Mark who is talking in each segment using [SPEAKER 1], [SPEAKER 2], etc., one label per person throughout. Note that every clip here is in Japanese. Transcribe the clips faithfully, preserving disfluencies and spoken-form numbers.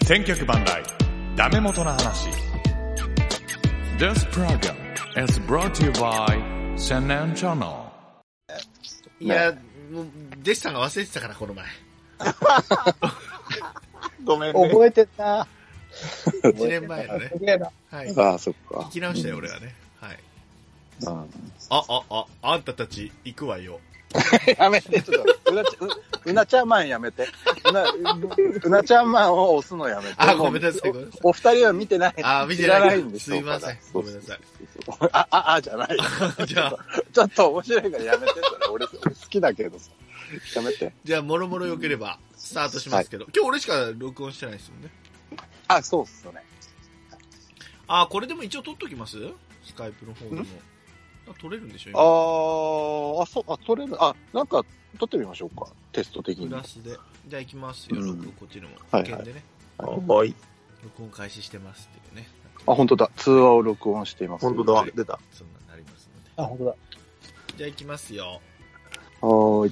[SPEAKER 1] 千脚万来ダメ元の話。 This program is brought to you by 千年チャンネル。
[SPEAKER 2] いや、もう弟子さんが忘れてたからこの前。
[SPEAKER 3] ごめんね。
[SPEAKER 4] 覚えてた。
[SPEAKER 2] いちねんまえのね。はい。
[SPEAKER 3] ああ、そっか。
[SPEAKER 2] 聞き直したよ、俺はね。はい。
[SPEAKER 3] うん、
[SPEAKER 2] あ、あ、あ、あんたたち行くわよ。
[SPEAKER 3] やめて、ちょっと、うなちゃん、うなちゃんマンやめて。うな、うなちゃんマンを押すのやめて。
[SPEAKER 2] あ、ごめんなさい、ごめんなさい。
[SPEAKER 3] お二人は見てない。
[SPEAKER 2] あ、見てない。
[SPEAKER 3] ないんです
[SPEAKER 2] すいません。ごめんなさい。
[SPEAKER 3] あ、あ、あ、じゃない。
[SPEAKER 2] じゃあ、
[SPEAKER 3] ちょっと面白いからやめて。それ俺、俺好きだけどさ。やめて。
[SPEAKER 2] じゃあ、もろもろよければ、スタートしますけど、はい、今日俺しか録音してないですよね。
[SPEAKER 3] あ、そうっすよね。
[SPEAKER 2] あ、これでも一応撮っときますスカイプの方でも。撮れるんでしょ
[SPEAKER 3] ああ、そう、あ、撮れる。あ、なんか、撮ってみましょうか。テスト的に。
[SPEAKER 2] プラスで。じゃあ行きますよ、録音、こっちのも。
[SPEAKER 3] はい、
[SPEAKER 2] 危険でね。
[SPEAKER 3] はい。
[SPEAKER 2] 録音開始してますっていうね。
[SPEAKER 3] あ、本当だ。通話を録音しています。
[SPEAKER 4] 本当だ。出た。
[SPEAKER 2] そんなになりますので。
[SPEAKER 4] あ、本当だ。
[SPEAKER 2] じゃあ行きますよ。
[SPEAKER 3] はーい。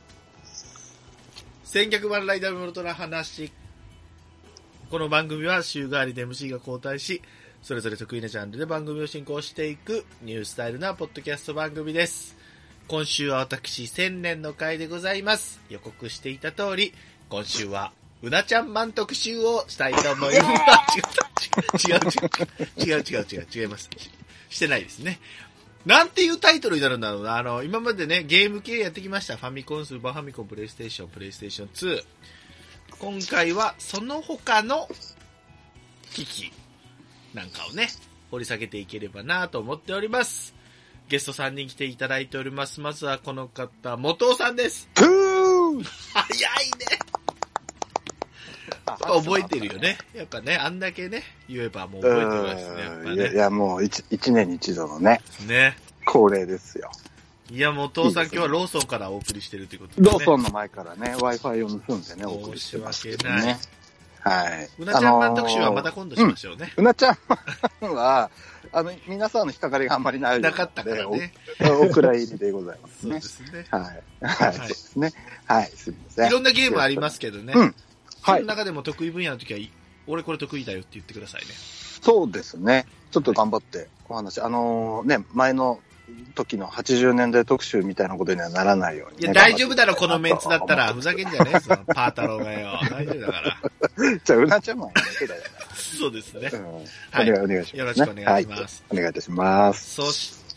[SPEAKER 2] 千脚万来ダメ元の話。この番組は週替わりで エムシー が交代し、それぞれ得意なジャンルで番組を進行していくニュースタイルなポッドキャスト番組です。今週は私千年の回でございます。予告していた通り、今週はうなちゃんマン特集をしたいと思います。違う違う違う違う違う違う違います。してないですね。なんていうタイトルになるんだろうな。あの今までねゲーム系やってきました。ファミコン、スーパーファミコン、プレイステーション、プレイステーションツー。今回はその他の機器なんかをね、掘り下げていければなと思っております。ゲストさんにん来ていただいております。まずはこの方、元尾さんです。
[SPEAKER 3] プー
[SPEAKER 2] 早いね。やっぱ覚えてるよね。やっぱね、あんだけね、言えばもう覚えてますね。やっぱね。
[SPEAKER 3] いや、いやもう一、一年に一度のね。
[SPEAKER 2] ね。
[SPEAKER 3] 恒例ですよ。
[SPEAKER 2] いや、元尾さん、いいですね、今日はローソンからお送りしてるということで、
[SPEAKER 3] ね。ローソンの前からね、Wi-Fi を盗んでね、お送りしてますけどね。はい。
[SPEAKER 2] うなちゃんマン特集はまた今度しましょうね。
[SPEAKER 3] あのーうん、うなちゃんマンは、あの、皆さんの引っかかりがあんまりないので。
[SPEAKER 2] なかったからね。
[SPEAKER 3] お蔵入りでございますね。
[SPEAKER 2] そうですね。
[SPEAKER 3] はい。はい。そうですね。はい。すみません。
[SPEAKER 2] いろんなゲームありますけどね。
[SPEAKER 3] うん。
[SPEAKER 2] はい。その中でも得意分野の時は、俺これ得意だよって言ってくださいね。
[SPEAKER 3] そうですね。ちょっと頑張ってお話。あのー、ね、前の時のはちじゅうねんだい特集みたいなことにはならないように、ね。
[SPEAKER 2] いや、大丈夫だろ、このメンツだったら。ふざけんじゃねえそのパー太郎がよ。大丈夫だから。
[SPEAKER 3] じゃあ、うなちゃんマンだけだよ。
[SPEAKER 2] そうですね。
[SPEAKER 3] うん、はい。お願いします、ね。
[SPEAKER 2] よろしくお願いします。
[SPEAKER 3] はい、お願いいたします。
[SPEAKER 2] そして、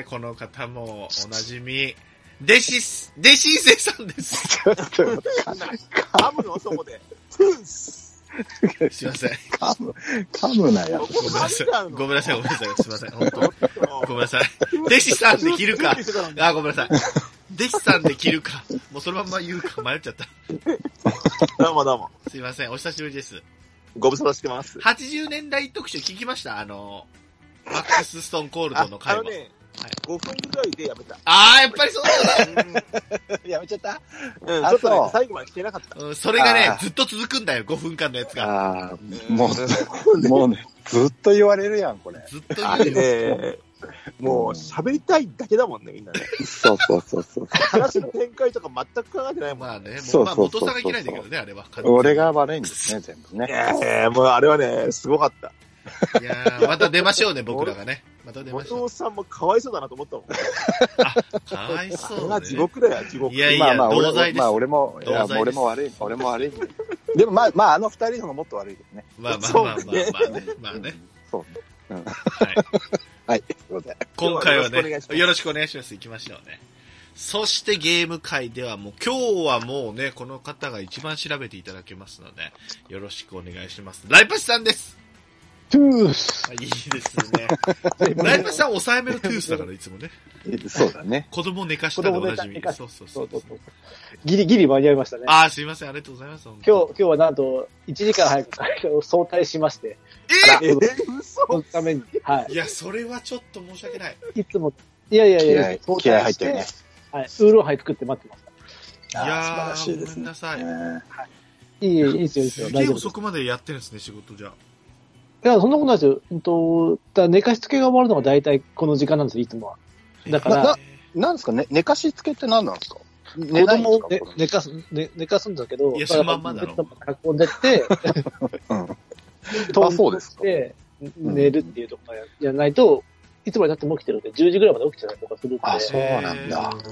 [SPEAKER 2] この方もおなじみ、弟子、弟子伊勢さんです。
[SPEAKER 4] ちょっと待って、噛むのそこで。
[SPEAKER 2] すいません。
[SPEAKER 3] 噛む、噛むなよ。
[SPEAKER 2] ごめんなさい。ごめんなさい、ごめんなさい。すいません。本当ごめんなさい。弟子さんで切るか。あ、ごめんなさい。弟子さんで切るか。もうそのまま言うか迷っちゃった。
[SPEAKER 4] どうもどうも。
[SPEAKER 2] すいません。お久しぶりです。
[SPEAKER 4] ご無沙汰してます。
[SPEAKER 2] はちじゅうねんだい特集聞きましたあの、マックスストーンコールドの回も。
[SPEAKER 4] あのね、はい、ごふんぐらいでやめた。
[SPEAKER 2] あー、やっぱりそうだね。
[SPEAKER 3] やめちゃった
[SPEAKER 4] うん、ちょっとね、最後まで聞けなかった。
[SPEAKER 2] うん、それがね、ずっと続くんだよ、ごふんかんのやつが。
[SPEAKER 3] あー、もう、もうね、ずっと言われるやん、これ。
[SPEAKER 2] ずっと言われる。
[SPEAKER 4] もう、喋りたいだけだもんね、みんなね。
[SPEAKER 3] そうそうそうそう。
[SPEAKER 4] 話の展開とか全く考えてないもん。
[SPEAKER 2] まあね、もう、まあ、元さんがいけないんだけどね、あれは。
[SPEAKER 3] 俺が悪いんですね、全部ね。
[SPEAKER 4] ええ、もうあれはね、すごかった。
[SPEAKER 2] いやー、また出ましょうね、僕らがね。また出ましょう。
[SPEAKER 4] 元さんもかわいそうだなと思ったもん。
[SPEAKER 2] あ、かわいそうだ、ね。
[SPEAKER 4] あれは地獄だよ、地獄。
[SPEAKER 2] いやいや、
[SPEAKER 3] まあまあ、
[SPEAKER 2] 同罪です。
[SPEAKER 3] まあ、俺も、いや、俺も悪い、俺も悪い。でもまあ、まあ、あの二人の方がもっと悪いですね。
[SPEAKER 2] まあまあまあまあまあね。まあね。
[SPEAKER 3] そう。うん。
[SPEAKER 2] はい。
[SPEAKER 3] はい、すいません。
[SPEAKER 2] 今回はね、よろしくお願いします。行きましょうね。そしてゲーム界ではもう、今日はもうね、この方が一番調べていただけますので、よろしくお願いします。ライパチさんです。
[SPEAKER 4] トゥース。
[SPEAKER 2] いいですね。ライパチさん抑えめのトゥースだから、いつもね。
[SPEAKER 3] そうだね。
[SPEAKER 2] 子供寝かしたでおなじみ。そうそうそう。
[SPEAKER 4] ギリギリ間に合いましたね。
[SPEAKER 2] ああ、すいません。ありがとうございます。
[SPEAKER 4] 今日、今日はなんと、いちじかん早く会社を早退しまして。
[SPEAKER 2] えー、
[SPEAKER 4] 嘘そのために。はい。
[SPEAKER 2] いや、それはちょっと申し訳ない。
[SPEAKER 4] いつも、いやいやいや、
[SPEAKER 3] 気合入ってるね。
[SPEAKER 4] はい。ウーロンハイ作って待ってました。
[SPEAKER 2] いやー、
[SPEAKER 3] 素晴らしいですね。
[SPEAKER 2] ごめんなさい。
[SPEAKER 4] はい。いい、いいですよ、いいですよ。
[SPEAKER 2] すげえ遅くまでやってるんですね、仕事じゃ。
[SPEAKER 4] いや、そんなことないですよ。うんと、だ寝かしつけが終わるのが大体この時間なんですよ、いつもは。だから。
[SPEAKER 3] な、なんですかね、寝かしつけって何なんですか？ 寝ないんですか？
[SPEAKER 4] 子供を寝かす、寝、寝かすんだけど、
[SPEAKER 2] いやそのまんまだろ
[SPEAKER 4] ベッドまで運んでって、
[SPEAKER 3] うん。
[SPEAKER 4] ト
[SPEAKER 3] あ、そうですか。
[SPEAKER 4] で、寝るっていうところじゃないと、いつまでなっても起きてるんで、じゅうじぐらいまで起きてたりとかするんで。
[SPEAKER 3] あ、そうなんだ。
[SPEAKER 2] だから、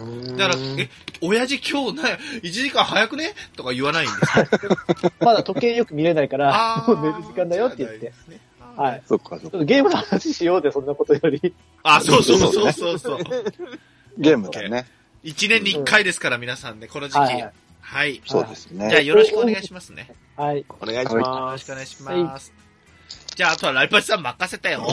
[SPEAKER 2] え、親父今日な、いちじかん早くねとか言わないんですか？
[SPEAKER 4] まだ時計よく見れないから、
[SPEAKER 2] あー
[SPEAKER 4] もう寝る時間だよって言って。はい。
[SPEAKER 3] そっか、そっか。
[SPEAKER 4] ちょっとゲームの話しようで、そんなことより。
[SPEAKER 2] あ、そうそうそうそうそう。
[SPEAKER 3] ゲームだね。
[SPEAKER 2] 一年に一回ですから、皆さんね、この時期。
[SPEAKER 4] はいはい
[SPEAKER 2] はい。
[SPEAKER 3] そうですね。
[SPEAKER 2] じゃあよろしくお願いしますね。
[SPEAKER 4] はい。
[SPEAKER 5] お願いし
[SPEAKER 2] よ
[SPEAKER 5] ます。
[SPEAKER 2] ろしくお願いします。じゃあ、あとはライパチさん任せたよ。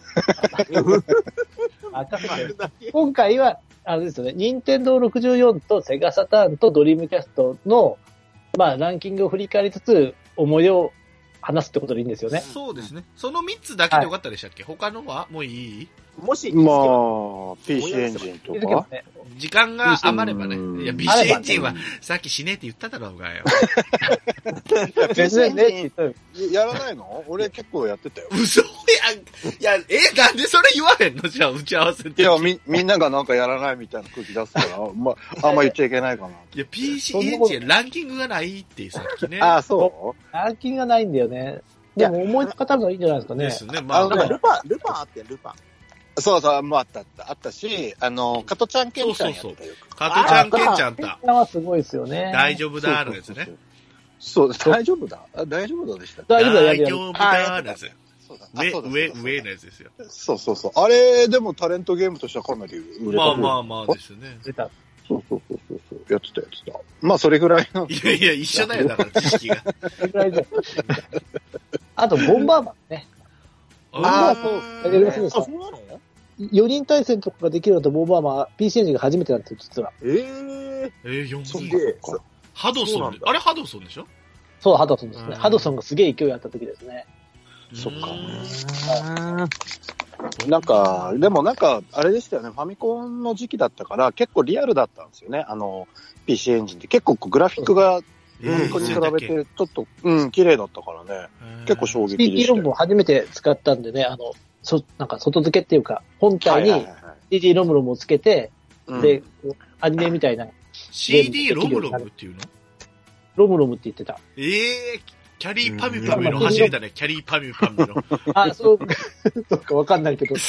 [SPEAKER 4] あ今回は、あれですよね、任天堂ろくじゅうよんとセガサターンとドリームキャストの、まあ、ランキングを振り返りつつ、思い出を話すってことでいいんですよね。
[SPEAKER 2] そうですね。そのみっつだけでよかったでしたっけ？他のはもういい？
[SPEAKER 5] もし、
[SPEAKER 3] まあ、ピーシー エンジンとか。
[SPEAKER 4] ね、
[SPEAKER 2] 時間が余ればね。
[SPEAKER 3] うん
[SPEAKER 2] いや、ピーシー エンジンはさっきしねえって言っただろうがよ。
[SPEAKER 4] 別にね、
[SPEAKER 3] やらないの？俺結構やってたよ。
[SPEAKER 2] 嘘や、いや、え、なんでそれ言わへんの？じゃあ、打ち合わせて。
[SPEAKER 3] いや、み、みんながなんかやらないみたいな空気出すから、まあ、あんま言っちゃいけないかな。
[SPEAKER 2] いや、ピーシー エンジンランキングがないってさっきね。
[SPEAKER 3] ああ、そ
[SPEAKER 4] ランキングがないんだよね。でも思いつかたのがいいんじゃないですかね。
[SPEAKER 2] ですね。まあ、
[SPEAKER 3] あの
[SPEAKER 5] なんかルパン、ルパンあってルパン。
[SPEAKER 3] うそうそう、もうあったあった。あったし、あの、加トちゃんケンちゃんやってたよ。
[SPEAKER 2] 加トちゃんケンちゃんあった。
[SPEAKER 4] ケンちゃんはすごいですよね。
[SPEAKER 2] 大丈夫だーのやつね。
[SPEAKER 3] そう、大丈夫だあ大丈夫だでしたっけ？
[SPEAKER 4] 大丈夫だ、やるやる。
[SPEAKER 2] 大丈夫だーのやつ。
[SPEAKER 3] そうだ
[SPEAKER 2] 上、
[SPEAKER 3] あそうだ
[SPEAKER 2] 上、
[SPEAKER 3] そうだ
[SPEAKER 2] 上のやつですよ。
[SPEAKER 3] そうそうそう。あれ、でもタレントゲームとしてはかなり売れた。
[SPEAKER 2] まあまあまあですね。
[SPEAKER 4] 出た。
[SPEAKER 3] そうそうそうそうそう。やってたやってた。まあ、それぐらいの。
[SPEAKER 2] いやいや、一緒だよ、だから知識が。
[SPEAKER 4] それぐらいであと、ボンバーマンね。
[SPEAKER 3] あー
[SPEAKER 2] そう
[SPEAKER 4] やりますね
[SPEAKER 5] あ、そうなの？
[SPEAKER 4] よにん対戦とかができるのとボンバーマンは ピーシー エンジンが初めてなんですよ、実は。
[SPEAKER 5] ええ
[SPEAKER 2] えー、よんにん
[SPEAKER 5] すげ。え。
[SPEAKER 2] ハドソンで
[SPEAKER 5] そうなんだ
[SPEAKER 2] あれハドソンでしょ？
[SPEAKER 4] そう、ハドソンですね。
[SPEAKER 2] うん
[SPEAKER 4] ハドソンがすげえ勢いあった時ですね。
[SPEAKER 3] そっか
[SPEAKER 2] うーん
[SPEAKER 3] なんか、でもなんか、あれでしたよね。ファミコンの時期だったから、結構リアルだったんですよね。あの、ピーシー エンジンって。結構こうグラフィックが、ファミコンに比べて、ちょっと、うん、綺麗だったからね。結構衝撃で
[SPEAKER 4] シーディー
[SPEAKER 3] したよ。
[SPEAKER 4] ロムを初めて使ったんでね、あの、そ、なんか外付けっていうか、本体に シ
[SPEAKER 3] はいはいはいはい
[SPEAKER 4] ーディー ロムロムをつけて、
[SPEAKER 3] うん
[SPEAKER 4] で、アニメみたいな、
[SPEAKER 2] シーディー ロムロムっていうの？
[SPEAKER 4] ロムロムって言ってた。
[SPEAKER 2] ええー、キャリーパミュパミュの走りだね。キャリーパミュパミュの。
[SPEAKER 4] あ、そう、そうかわかんないけど。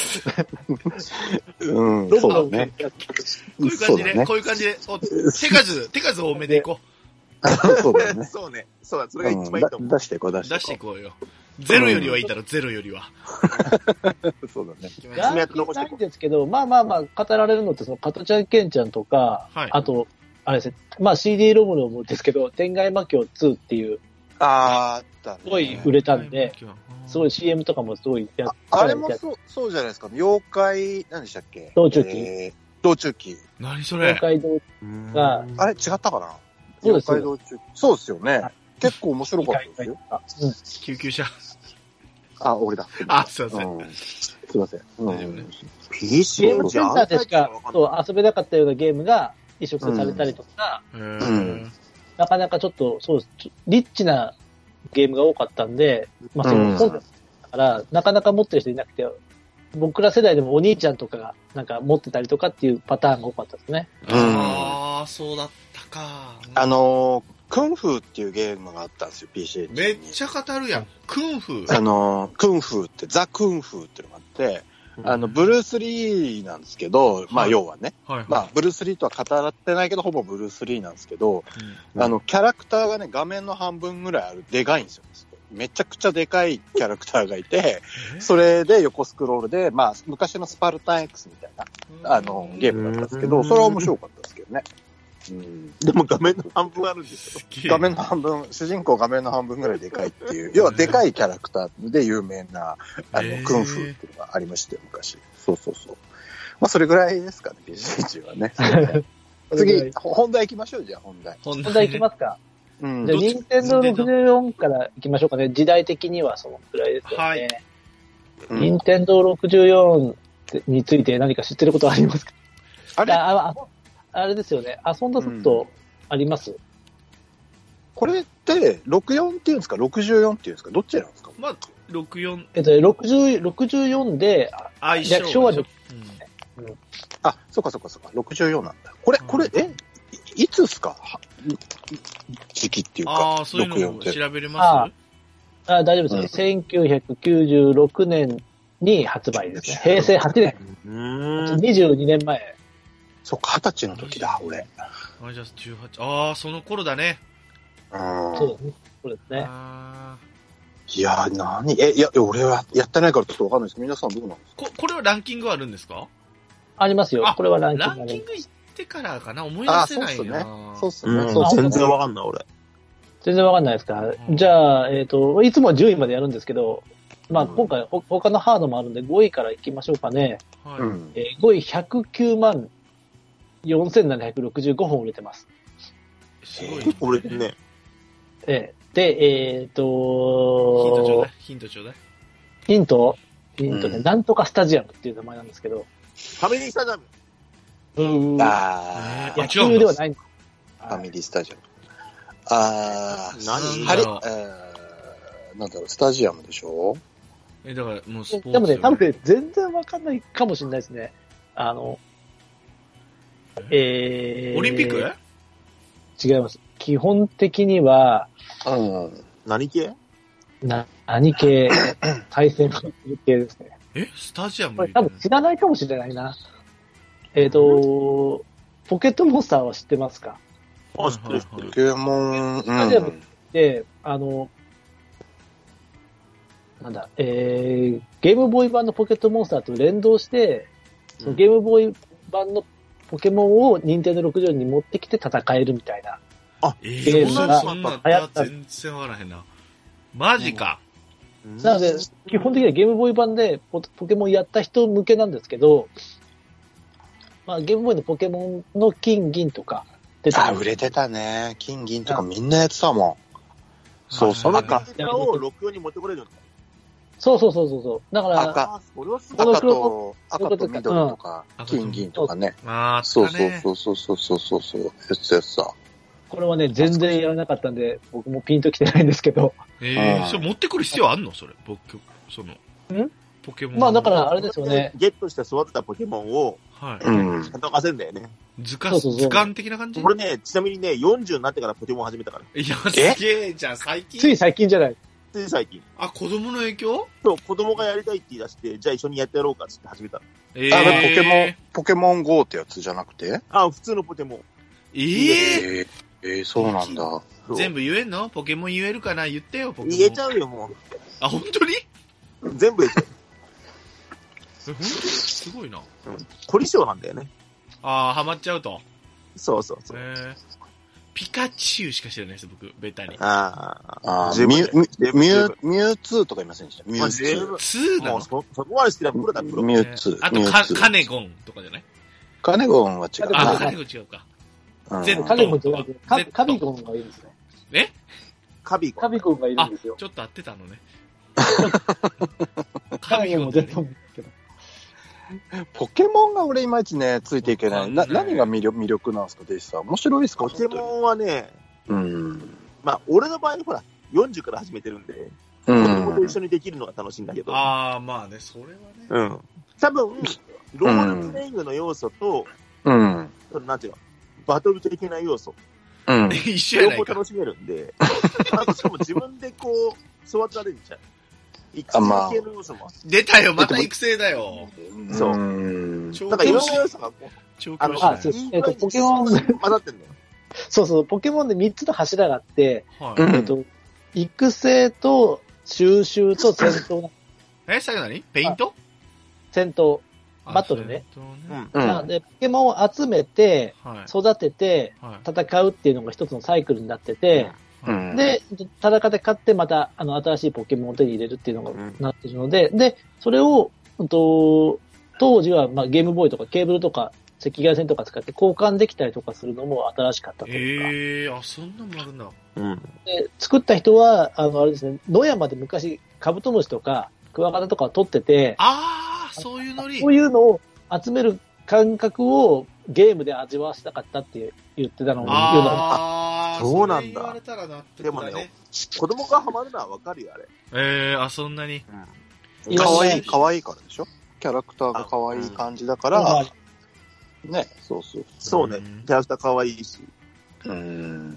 [SPEAKER 3] うん、
[SPEAKER 4] ロムロム
[SPEAKER 3] そうだね。
[SPEAKER 2] こういう感じで、こういう感じで、お手数、手数多めでいこ
[SPEAKER 3] そうだね。
[SPEAKER 5] そうね。そうだ、それが一番いいと思う。
[SPEAKER 3] 出していこう、出
[SPEAKER 2] う。
[SPEAKER 3] していこう。
[SPEAKER 2] 出していこうよ。ゼロよりはいいだろ、ゼロよりは。
[SPEAKER 3] そうだね。
[SPEAKER 4] ランキングないんですけど、まあまあまあ語られるのって、その、加トちゃん、ケンちゃんとか、
[SPEAKER 2] はい
[SPEAKER 4] あと、あれですね、まあ シーディー ロムロムですけど、天外魔境ツーっていう、
[SPEAKER 3] あーあったね。
[SPEAKER 4] すごい売れたんで、すごい シーエム とかもすごいやっ
[SPEAKER 3] ああれもそう、そうじゃないですか。妖怪、何でしたっけ？
[SPEAKER 4] 道中記
[SPEAKER 3] えー道中記。
[SPEAKER 2] 何それ
[SPEAKER 4] 東海道が、
[SPEAKER 3] あれ違ったかな？
[SPEAKER 4] そうです
[SPEAKER 3] 妖怪道中記。そうですよね
[SPEAKER 4] はい。
[SPEAKER 3] 結構面白かったですよ。
[SPEAKER 4] うん、
[SPEAKER 2] 救急車。
[SPEAKER 3] あ、俺だ。
[SPEAKER 2] あ、すいません。
[SPEAKER 3] うんすいません。うん
[SPEAKER 2] 大丈夫ね
[SPEAKER 5] ピーシー エム
[SPEAKER 4] ゲームセンターでしかそう遊べなかったようなゲームが移植されたりとか、
[SPEAKER 2] へ
[SPEAKER 3] う
[SPEAKER 2] ー
[SPEAKER 3] ん
[SPEAKER 4] なかなかちょっと、そうです、ちょリッチなゲームが多かったんで、まあ、その本だから、なかなか持ってる人いなくて、僕ら世代でもお兄ちゃんとかがなんか持ってたりとかっていうパターンが多かったですね。
[SPEAKER 2] ああ、そうだったか。
[SPEAKER 3] あのー、クンフーっていうゲームがあったんですよ、ピーシー に。
[SPEAKER 2] めっちゃ語るやん。クンフー。
[SPEAKER 3] あのー、クンフーって、ザ・クンフーっていうのがあって、あの、ブルース・リーなんですけど、まあ、
[SPEAKER 2] はい
[SPEAKER 3] 要はね、
[SPEAKER 2] はい。
[SPEAKER 3] まあ、ブルース・リーとは語らってないけど、ほぼブルース・リーなんですけど、
[SPEAKER 2] うん
[SPEAKER 3] あの、キャラクターがね、画面の半分ぐらいある、でかいんですよ。めちゃくちゃでかいキャラクターがいて、それで横スクロールで、まあ、昔のスパルタン X みたいな、あの、ゲームだったんですけど、それは面白かったですけどね。うん、
[SPEAKER 5] でも画面の半分あるんでしょ。
[SPEAKER 3] 画面の半分、主人公画面の半分ぐらいでかいっていう、要はでかいキャラクターで有名な、あの、
[SPEAKER 2] へー
[SPEAKER 3] クンフーっていうのがありましたよ、昔。そうそうそう。まあ、それぐらいですかね、ピーシーエイチ はね。次、本題行きましょう、じゃあ、本題。
[SPEAKER 2] 本
[SPEAKER 4] 本題いきますか。
[SPEAKER 3] うん
[SPEAKER 4] じゃあ、
[SPEAKER 2] どっち
[SPEAKER 4] 任天堂ろくじゅうよんからいきましょうかね。時代的にはそのくらいですよね。
[SPEAKER 2] はい
[SPEAKER 3] うん
[SPEAKER 4] 任天堂ろくじゅうよんについて何か知ってることはありますか？
[SPEAKER 3] あれ
[SPEAKER 4] あああれですよね。遊んだソフトあります？
[SPEAKER 3] これって、ろくじゅうよんっていうんですか、ろくじゅうよんっていうんですか、どっちなんですか？
[SPEAKER 2] まあ、ろくじゅうよん
[SPEAKER 4] えっとね、ろくじゅう、ろくじゅうよんで、
[SPEAKER 2] 相性
[SPEAKER 4] 略称は
[SPEAKER 2] でしょ
[SPEAKER 4] うん
[SPEAKER 3] あ、そっかそっかそっか、ろくじゅうよんなんだ。これ、これ、えいつっすか時期っていうか。
[SPEAKER 2] ああ、そういうのも
[SPEAKER 3] ろくよんって
[SPEAKER 2] 調べれます？
[SPEAKER 4] あ、大丈夫ですね。
[SPEAKER 3] うん
[SPEAKER 4] せんきゅうひゃくきゅうじゅうろくねんに発売ですね。へいせいはちねん。
[SPEAKER 5] うーん。
[SPEAKER 4] にじゅうにねんまえ。
[SPEAKER 3] そっか、二十歳の時だ、俺。
[SPEAKER 2] あ、じゃあじゅうはち。ああ、その頃だね。
[SPEAKER 3] うん。
[SPEAKER 4] そうですね。そうですね。
[SPEAKER 2] あ
[SPEAKER 3] いやー、なにえ、いや、俺はやってないからちょっとわかんないですけど、皆さんどうなんですか？
[SPEAKER 2] こ、これはランキングあるんですか？
[SPEAKER 4] ありますよ
[SPEAKER 2] あ。
[SPEAKER 4] これはランキン
[SPEAKER 2] ラ
[SPEAKER 4] グあります。
[SPEAKER 2] ンキング行ってからかな、思い出
[SPEAKER 3] あ、
[SPEAKER 2] せない
[SPEAKER 3] そうっすね
[SPEAKER 2] な。。
[SPEAKER 3] そうっすね。
[SPEAKER 5] うん
[SPEAKER 3] そうっすね
[SPEAKER 5] 全然わかんない、俺。
[SPEAKER 4] 全然わかんないですか、
[SPEAKER 2] うん
[SPEAKER 4] じゃあ、えっ、と、いつもじゅういまでやるんですけど、まあ
[SPEAKER 3] うん
[SPEAKER 4] 今回ほ他のハードもあるんでごいから行きましょうかね。
[SPEAKER 2] はい。
[SPEAKER 3] うん。
[SPEAKER 4] えーごいひゃくきゅうまんよんせんななひゃくろくじゅうごほん売れてます。
[SPEAKER 2] すごい。
[SPEAKER 5] 結構売れてるね。
[SPEAKER 4] えーで、えっ、
[SPEAKER 2] ヒントちょう
[SPEAKER 4] と
[SPEAKER 2] だい。ヒントちょうだい。
[SPEAKER 4] ヒントヒントね、
[SPEAKER 3] うん
[SPEAKER 4] なんとかスタジアムっていう名前なんですけど、
[SPEAKER 5] ファミリースタジアム。
[SPEAKER 4] うーん
[SPEAKER 3] あー、
[SPEAKER 2] え
[SPEAKER 4] 野球ではないんです。
[SPEAKER 3] ファミリースタジアム。あー、
[SPEAKER 5] 何
[SPEAKER 3] ハリ、
[SPEAKER 2] なんだろう
[SPEAKER 3] えー、なんだろう、スタジアムでしょ？
[SPEAKER 2] え、だからもうスポーツ。
[SPEAKER 4] でもね、多分ね、全然わかんないかもしれないですね。あの、えー、
[SPEAKER 2] オリンピック？
[SPEAKER 4] 違います。基本的には、
[SPEAKER 3] うん。
[SPEAKER 5] 何系？
[SPEAKER 4] な、何系、対戦系ですね。
[SPEAKER 2] え、スタジアム
[SPEAKER 4] これ多分知らないかもしれないな。えっ、と、ポケットモンスターは知ってますか？
[SPEAKER 5] あ、知ってる知ってる。
[SPEAKER 3] ポケモン、う
[SPEAKER 4] タジアム
[SPEAKER 3] ん。
[SPEAKER 4] で、あの、なんだ、えー、ゲームボーイ版のポケットモンスターと連動して、そのゲームボーイ版のポケモンを任天堂ろくじゅうよんに持ってきて戦えるみたいな。
[SPEAKER 2] え
[SPEAKER 4] ゲーム
[SPEAKER 2] ー、そんな、
[SPEAKER 4] が
[SPEAKER 2] そんな、
[SPEAKER 4] 流行った
[SPEAKER 2] 全然わからへんな。マジか。
[SPEAKER 5] うん
[SPEAKER 4] なので、基本的にはゲームボーイ版でポポケモンやった人向けなんですけど、まあ、ゲームボーイのポケモンの金銀とか出て
[SPEAKER 3] あ、売れてたね。金銀とかみんなやってたもん。そうそう。
[SPEAKER 2] あ
[SPEAKER 3] 赤、
[SPEAKER 5] データをろくよんに持ってこれるのか。
[SPEAKER 4] そうそうそうそうそう。だから、
[SPEAKER 3] 赤
[SPEAKER 5] あ、それはすごい。
[SPEAKER 3] 赤と、赤と緑とか
[SPEAKER 2] うん、
[SPEAKER 3] 金銀とかね。
[SPEAKER 2] あー、
[SPEAKER 3] そうそう
[SPEAKER 2] あったね。
[SPEAKER 3] そうそうそうそうそうそう。やつやつさ。
[SPEAKER 4] これはね、全然やらなかったんで、僕もピンときてないんですけど。
[SPEAKER 2] えー、
[SPEAKER 3] うん
[SPEAKER 2] それ持ってくる必要あんのそれ。僕、その。
[SPEAKER 4] ん
[SPEAKER 2] ポケモン。
[SPEAKER 4] まあだからあれですよね。
[SPEAKER 5] ゲットして育てたポケモンを
[SPEAKER 2] はい。
[SPEAKER 3] うん。
[SPEAKER 5] 戦わせんだよね。
[SPEAKER 2] 図鑑、
[SPEAKER 4] そうそうそう
[SPEAKER 2] 図鑑的な感じ？
[SPEAKER 5] 俺ね、ちなみにね、よんじゅうになってからポケモン始めたから。
[SPEAKER 2] いや、すげえじゃん、最近。
[SPEAKER 4] つい最近じゃない。
[SPEAKER 5] つい最近。
[SPEAKER 2] あ、子供の影響？
[SPEAKER 5] そう、子供がやりたいって言い出して、じゃあ一緒にやってやろうかって始めたの。
[SPEAKER 2] え
[SPEAKER 3] あれ、ポケモン
[SPEAKER 2] え、
[SPEAKER 3] ポケモン ゴー ってやつじゃなくて？
[SPEAKER 5] あ、普通のポケモン。
[SPEAKER 2] ー、えー、
[SPEAKER 3] えー、えー、そうなんだ。
[SPEAKER 5] そう
[SPEAKER 2] 全部言えんの？ポケモン言えるかな？言ってよ、ポケモン。
[SPEAKER 5] 言えちゃうよ、も
[SPEAKER 2] あ、本当に？
[SPEAKER 5] う。全部言えちゃう。
[SPEAKER 2] え、本当にすごいな。
[SPEAKER 5] 凝り性なんだよね。
[SPEAKER 2] あー、ハマっちゃうと。
[SPEAKER 5] そうそうそう。
[SPEAKER 2] えー、ピカチュウしか知らないです、僕、ベタに。
[SPEAKER 5] あ
[SPEAKER 3] あー
[SPEAKER 5] 十分
[SPEAKER 3] ミュミ
[SPEAKER 5] 十分
[SPEAKER 3] ュミュミュウツーとかいませんでした？ミュ
[SPEAKER 5] まあ
[SPEAKER 3] ウツー。
[SPEAKER 5] 十分
[SPEAKER 2] ツーなの？
[SPEAKER 5] もうそ、そこまで好きなプロだ、プロ。
[SPEAKER 3] ミュウツー。
[SPEAKER 2] あとカ、
[SPEAKER 3] ミュウツー
[SPEAKER 2] カネゴンとかじゃない？
[SPEAKER 3] カネゴンは違う
[SPEAKER 2] あ、
[SPEAKER 3] な。
[SPEAKER 2] カネゴン違うか。
[SPEAKER 3] うん
[SPEAKER 2] 全
[SPEAKER 4] カビゴンじゃないけど、カ
[SPEAKER 2] Z
[SPEAKER 4] カビゴンがいるんですね。
[SPEAKER 2] え
[SPEAKER 5] カビゴン。
[SPEAKER 4] カビゴンがいる
[SPEAKER 2] あ
[SPEAKER 4] んですよ、。
[SPEAKER 2] ちょっと合ってたのね。
[SPEAKER 4] カビゴンも出てるんですけど。
[SPEAKER 3] ポケモンが俺いまいちね、ついていけない。な、
[SPEAKER 2] わかんない
[SPEAKER 3] 何が魅力魅力なんですか、デイジさん。面白いですか？
[SPEAKER 5] ポケモンはね、
[SPEAKER 3] うん。
[SPEAKER 5] まあ、俺の場合、ほら、よんじゅうから始めてるんで、
[SPEAKER 3] う
[SPEAKER 5] 子供と
[SPEAKER 3] ん。
[SPEAKER 5] 一緒にできるのが楽しいんだけど、
[SPEAKER 2] あー、まあね、それはね。
[SPEAKER 5] うん。多分、ロールプレイングの要素と、
[SPEAKER 3] うん。
[SPEAKER 5] そのなんていうの、バトル的な要素、
[SPEAKER 3] うん。
[SPEAKER 2] 一緒や
[SPEAKER 5] 両
[SPEAKER 2] ないか。
[SPEAKER 5] 方楽しめるんで、あとしかも自分でこう、育てられるじゃん。育
[SPEAKER 3] あまあ
[SPEAKER 5] 成系の要素もあ
[SPEAKER 2] 出たよ、また育成だよ。
[SPEAKER 5] そう
[SPEAKER 3] うん。
[SPEAKER 2] 超
[SPEAKER 5] る。なんかいろんな要素がこう、あの、
[SPEAKER 2] 超強しない
[SPEAKER 4] あそうえっとポケモン
[SPEAKER 5] 混ざってんだよ。
[SPEAKER 4] そうそう、ポケモンでみっつの柱があって、
[SPEAKER 2] はい。
[SPEAKER 3] うん
[SPEAKER 4] えっと、育成と収集と戦闘な、
[SPEAKER 2] え、最後何？ペイント？
[SPEAKER 4] 戦闘。
[SPEAKER 2] あ
[SPEAKER 4] バトルね。
[SPEAKER 2] 戦闘ね
[SPEAKER 5] うん。
[SPEAKER 3] うん
[SPEAKER 4] なので、ポケモンを集めて、
[SPEAKER 2] はい。
[SPEAKER 4] 育てて、
[SPEAKER 2] はい。
[SPEAKER 4] 戦うっていうのが一つのサイクルになってて、
[SPEAKER 3] うん。
[SPEAKER 4] で、戦って勝ってまた、あの、新しいポケモンを手に入れるっていうのが
[SPEAKER 5] うん
[SPEAKER 4] なってるので、で、それを、うんと、当時は、まあ、ゲームボーイとかケーブルとか赤外線とか使って交換できたりとかするのも新しかったというか、
[SPEAKER 2] ええー、あ、そんなのもあるんだ。
[SPEAKER 5] うん。
[SPEAKER 4] で作った人は、あの、あれですね、野山で昔、カブトムシとか、クワガタとかを取ってて、
[SPEAKER 2] あー、そういうノリ。
[SPEAKER 4] そういうのを集める感覚をゲームで味わわせたかったって言ってたのを言うのが、
[SPEAKER 2] あー、
[SPEAKER 5] そうなんだ
[SPEAKER 2] それ言われたら納得
[SPEAKER 5] でもね
[SPEAKER 2] だね。、
[SPEAKER 5] 子供がハマるのはわかるよ、あれ。
[SPEAKER 2] えー、あ、そんなに。
[SPEAKER 5] うん。
[SPEAKER 4] 今
[SPEAKER 3] かわいい、
[SPEAKER 4] ね
[SPEAKER 3] かわいいからでしょ？キャラクターがかわいい感じだから、ね、そうそう。
[SPEAKER 5] そうね、キャラクター可愛いし。
[SPEAKER 3] うん。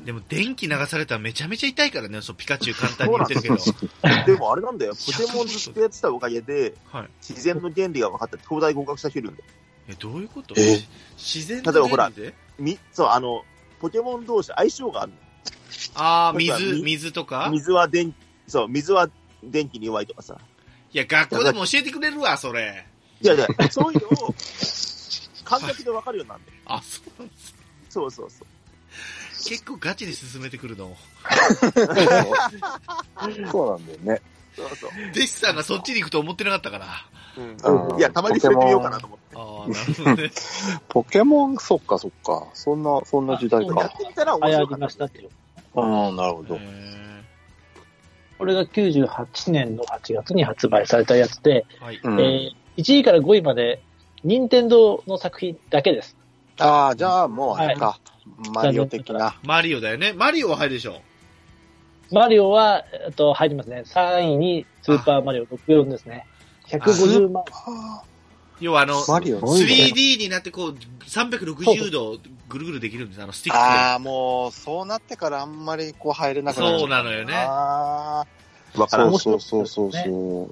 [SPEAKER 2] でも電気流されたらめちゃめちゃ痛いからね、そうピカチュウ簡単に言ってるけど。
[SPEAKER 5] でもあれなんだよ、ポケモンずっとやってたおかげで、
[SPEAKER 2] はい、
[SPEAKER 5] 自然の原理が分かった東大合格した人いるんだよ。
[SPEAKER 2] え、どういうこと？
[SPEAKER 3] え
[SPEAKER 2] 自然の原理で？例えばほら、
[SPEAKER 5] み、そう、あの、ポケモン同士相性があるの。
[SPEAKER 2] あー、水、水とか
[SPEAKER 5] 水は電、そう、水は電気に弱いとかさ。
[SPEAKER 2] いや、学校でも教えてくれるわ、それ。
[SPEAKER 5] いやいや、そういうのを、感覚で分かるようになるんだよ。
[SPEAKER 2] あ、そうなんです。
[SPEAKER 5] そうそうそう。
[SPEAKER 2] 結構ガチで進めてくるの。
[SPEAKER 3] そうなんだよね。
[SPEAKER 5] そうそう。
[SPEAKER 2] 弟子さんがそっちに行くと思ってなかったから。
[SPEAKER 5] うん。いや、たまに触れてみようかなと思って。
[SPEAKER 2] ああ、なるほどね。
[SPEAKER 3] ポケモン、そっかそっか。そんな、そんな時代
[SPEAKER 5] やっ
[SPEAKER 3] か。
[SPEAKER 5] てみたら面白かった。
[SPEAKER 4] 流行りましたっていう。
[SPEAKER 3] ああ、なるほど。
[SPEAKER 4] これがきゅうじゅうはちねんのはちがつに発売されたやつで、
[SPEAKER 2] はい、
[SPEAKER 4] えー、いちいからごいまで、任天堂の作品だけです。
[SPEAKER 3] ああ、じゃあもうあれか。はい、マリオ的な。
[SPEAKER 2] マリオだよね。マリオは入るでしょ。
[SPEAKER 4] マリオは、えっと、入りますね。さんいにスーパーマリオろくじゅうよんですね。ひゃくごじゅうまん。
[SPEAKER 2] 要はあの、
[SPEAKER 3] マリオ
[SPEAKER 2] スリーディー になってこう、さんびゃくろくじゅうどぐるぐるできるんです、あのスティックで。
[SPEAKER 3] ああ、もう、そうなってからあんまりこう入れなくなっちゃう。
[SPEAKER 2] そうなのよね。
[SPEAKER 3] ああ、
[SPEAKER 5] わからん。
[SPEAKER 3] そうそうそうそう。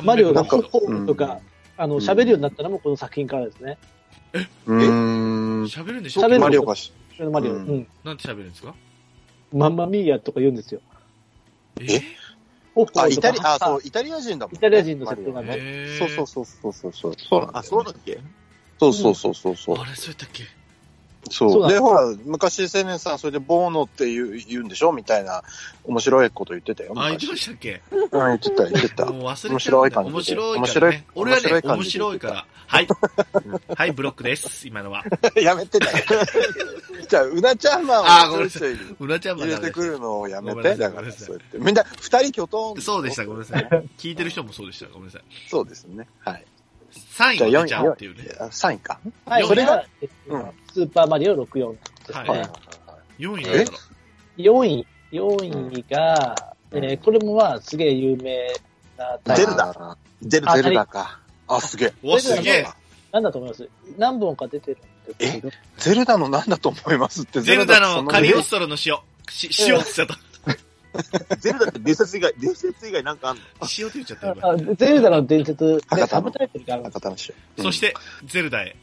[SPEAKER 4] マリオがホームとか、あの、喋るようになったのもこの作品からですね。
[SPEAKER 2] え
[SPEAKER 3] うーん。
[SPEAKER 2] 喋るんでしょ？
[SPEAKER 4] 喋る
[SPEAKER 3] マリオがし。
[SPEAKER 4] マリオ。うん。
[SPEAKER 2] なんて喋るんですか？
[SPEAKER 4] マンマミーヤとか言うんですよ。
[SPEAKER 3] え？あ、イタリア、あ、そう、イタリア人だもんね。
[SPEAKER 4] イタリア人の設定がね。
[SPEAKER 3] そうそうそうそうそうそう。そうなんだ。
[SPEAKER 5] あ、そうだっけ？
[SPEAKER 3] そうそうそうそうそう。
[SPEAKER 2] あれ、そうやったっけ？
[SPEAKER 3] そう。で、ほら、昔青年さん、それでボーノって言う、言うんでしょみたいな、面白いこと言ってたよ。
[SPEAKER 2] あ、言ってましたっけ？
[SPEAKER 3] うん、言ってた、言ってた。
[SPEAKER 2] もう忘れちゃう。
[SPEAKER 3] 面白い感じ。
[SPEAKER 2] 面白いからね。俺はね、面白いから。はい。はい、ブロックです。今のは。
[SPEAKER 3] やめてたよ。じゃあ、うなちゃんマンを、
[SPEAKER 2] あ、ごめんなさい。うなちゃんマン
[SPEAKER 3] 入れてくるのをやめて。だから、そうやって。みんな、二人巨頭。
[SPEAKER 2] そうでした、ごめんなさい。聞いてる人もそうでした、ごめんなさい。
[SPEAKER 3] そうですね。はい。
[SPEAKER 2] さんいは出ちゃうっていうね。
[SPEAKER 3] さんいか。
[SPEAKER 4] はい、それが、スーパーマリオろくじゅうよんですね。はい。
[SPEAKER 2] よんいなんだろう。
[SPEAKER 4] よんい、よんいが、えー、これもまあ、すげえ有名なタイトル。
[SPEAKER 5] ゼルダ。ゼルダ。
[SPEAKER 3] ゼルダか。あ、すげえ。
[SPEAKER 2] お、すげえ。
[SPEAKER 4] なんだと思います？何本か出てるんですけど。
[SPEAKER 3] え、ゼルダのなんだと思いますって、
[SPEAKER 2] ゼルダのカリオストロの塩。し、塩って言っちゃった。
[SPEAKER 5] ゼルダって伝説以外、伝説以外なんかあんの？
[SPEAKER 2] 塩って言っちゃったよ。
[SPEAKER 4] ゼルダの伝説でサブタイトルがあるんです。
[SPEAKER 3] 博多の塩。
[SPEAKER 2] そして、ゼルダへ。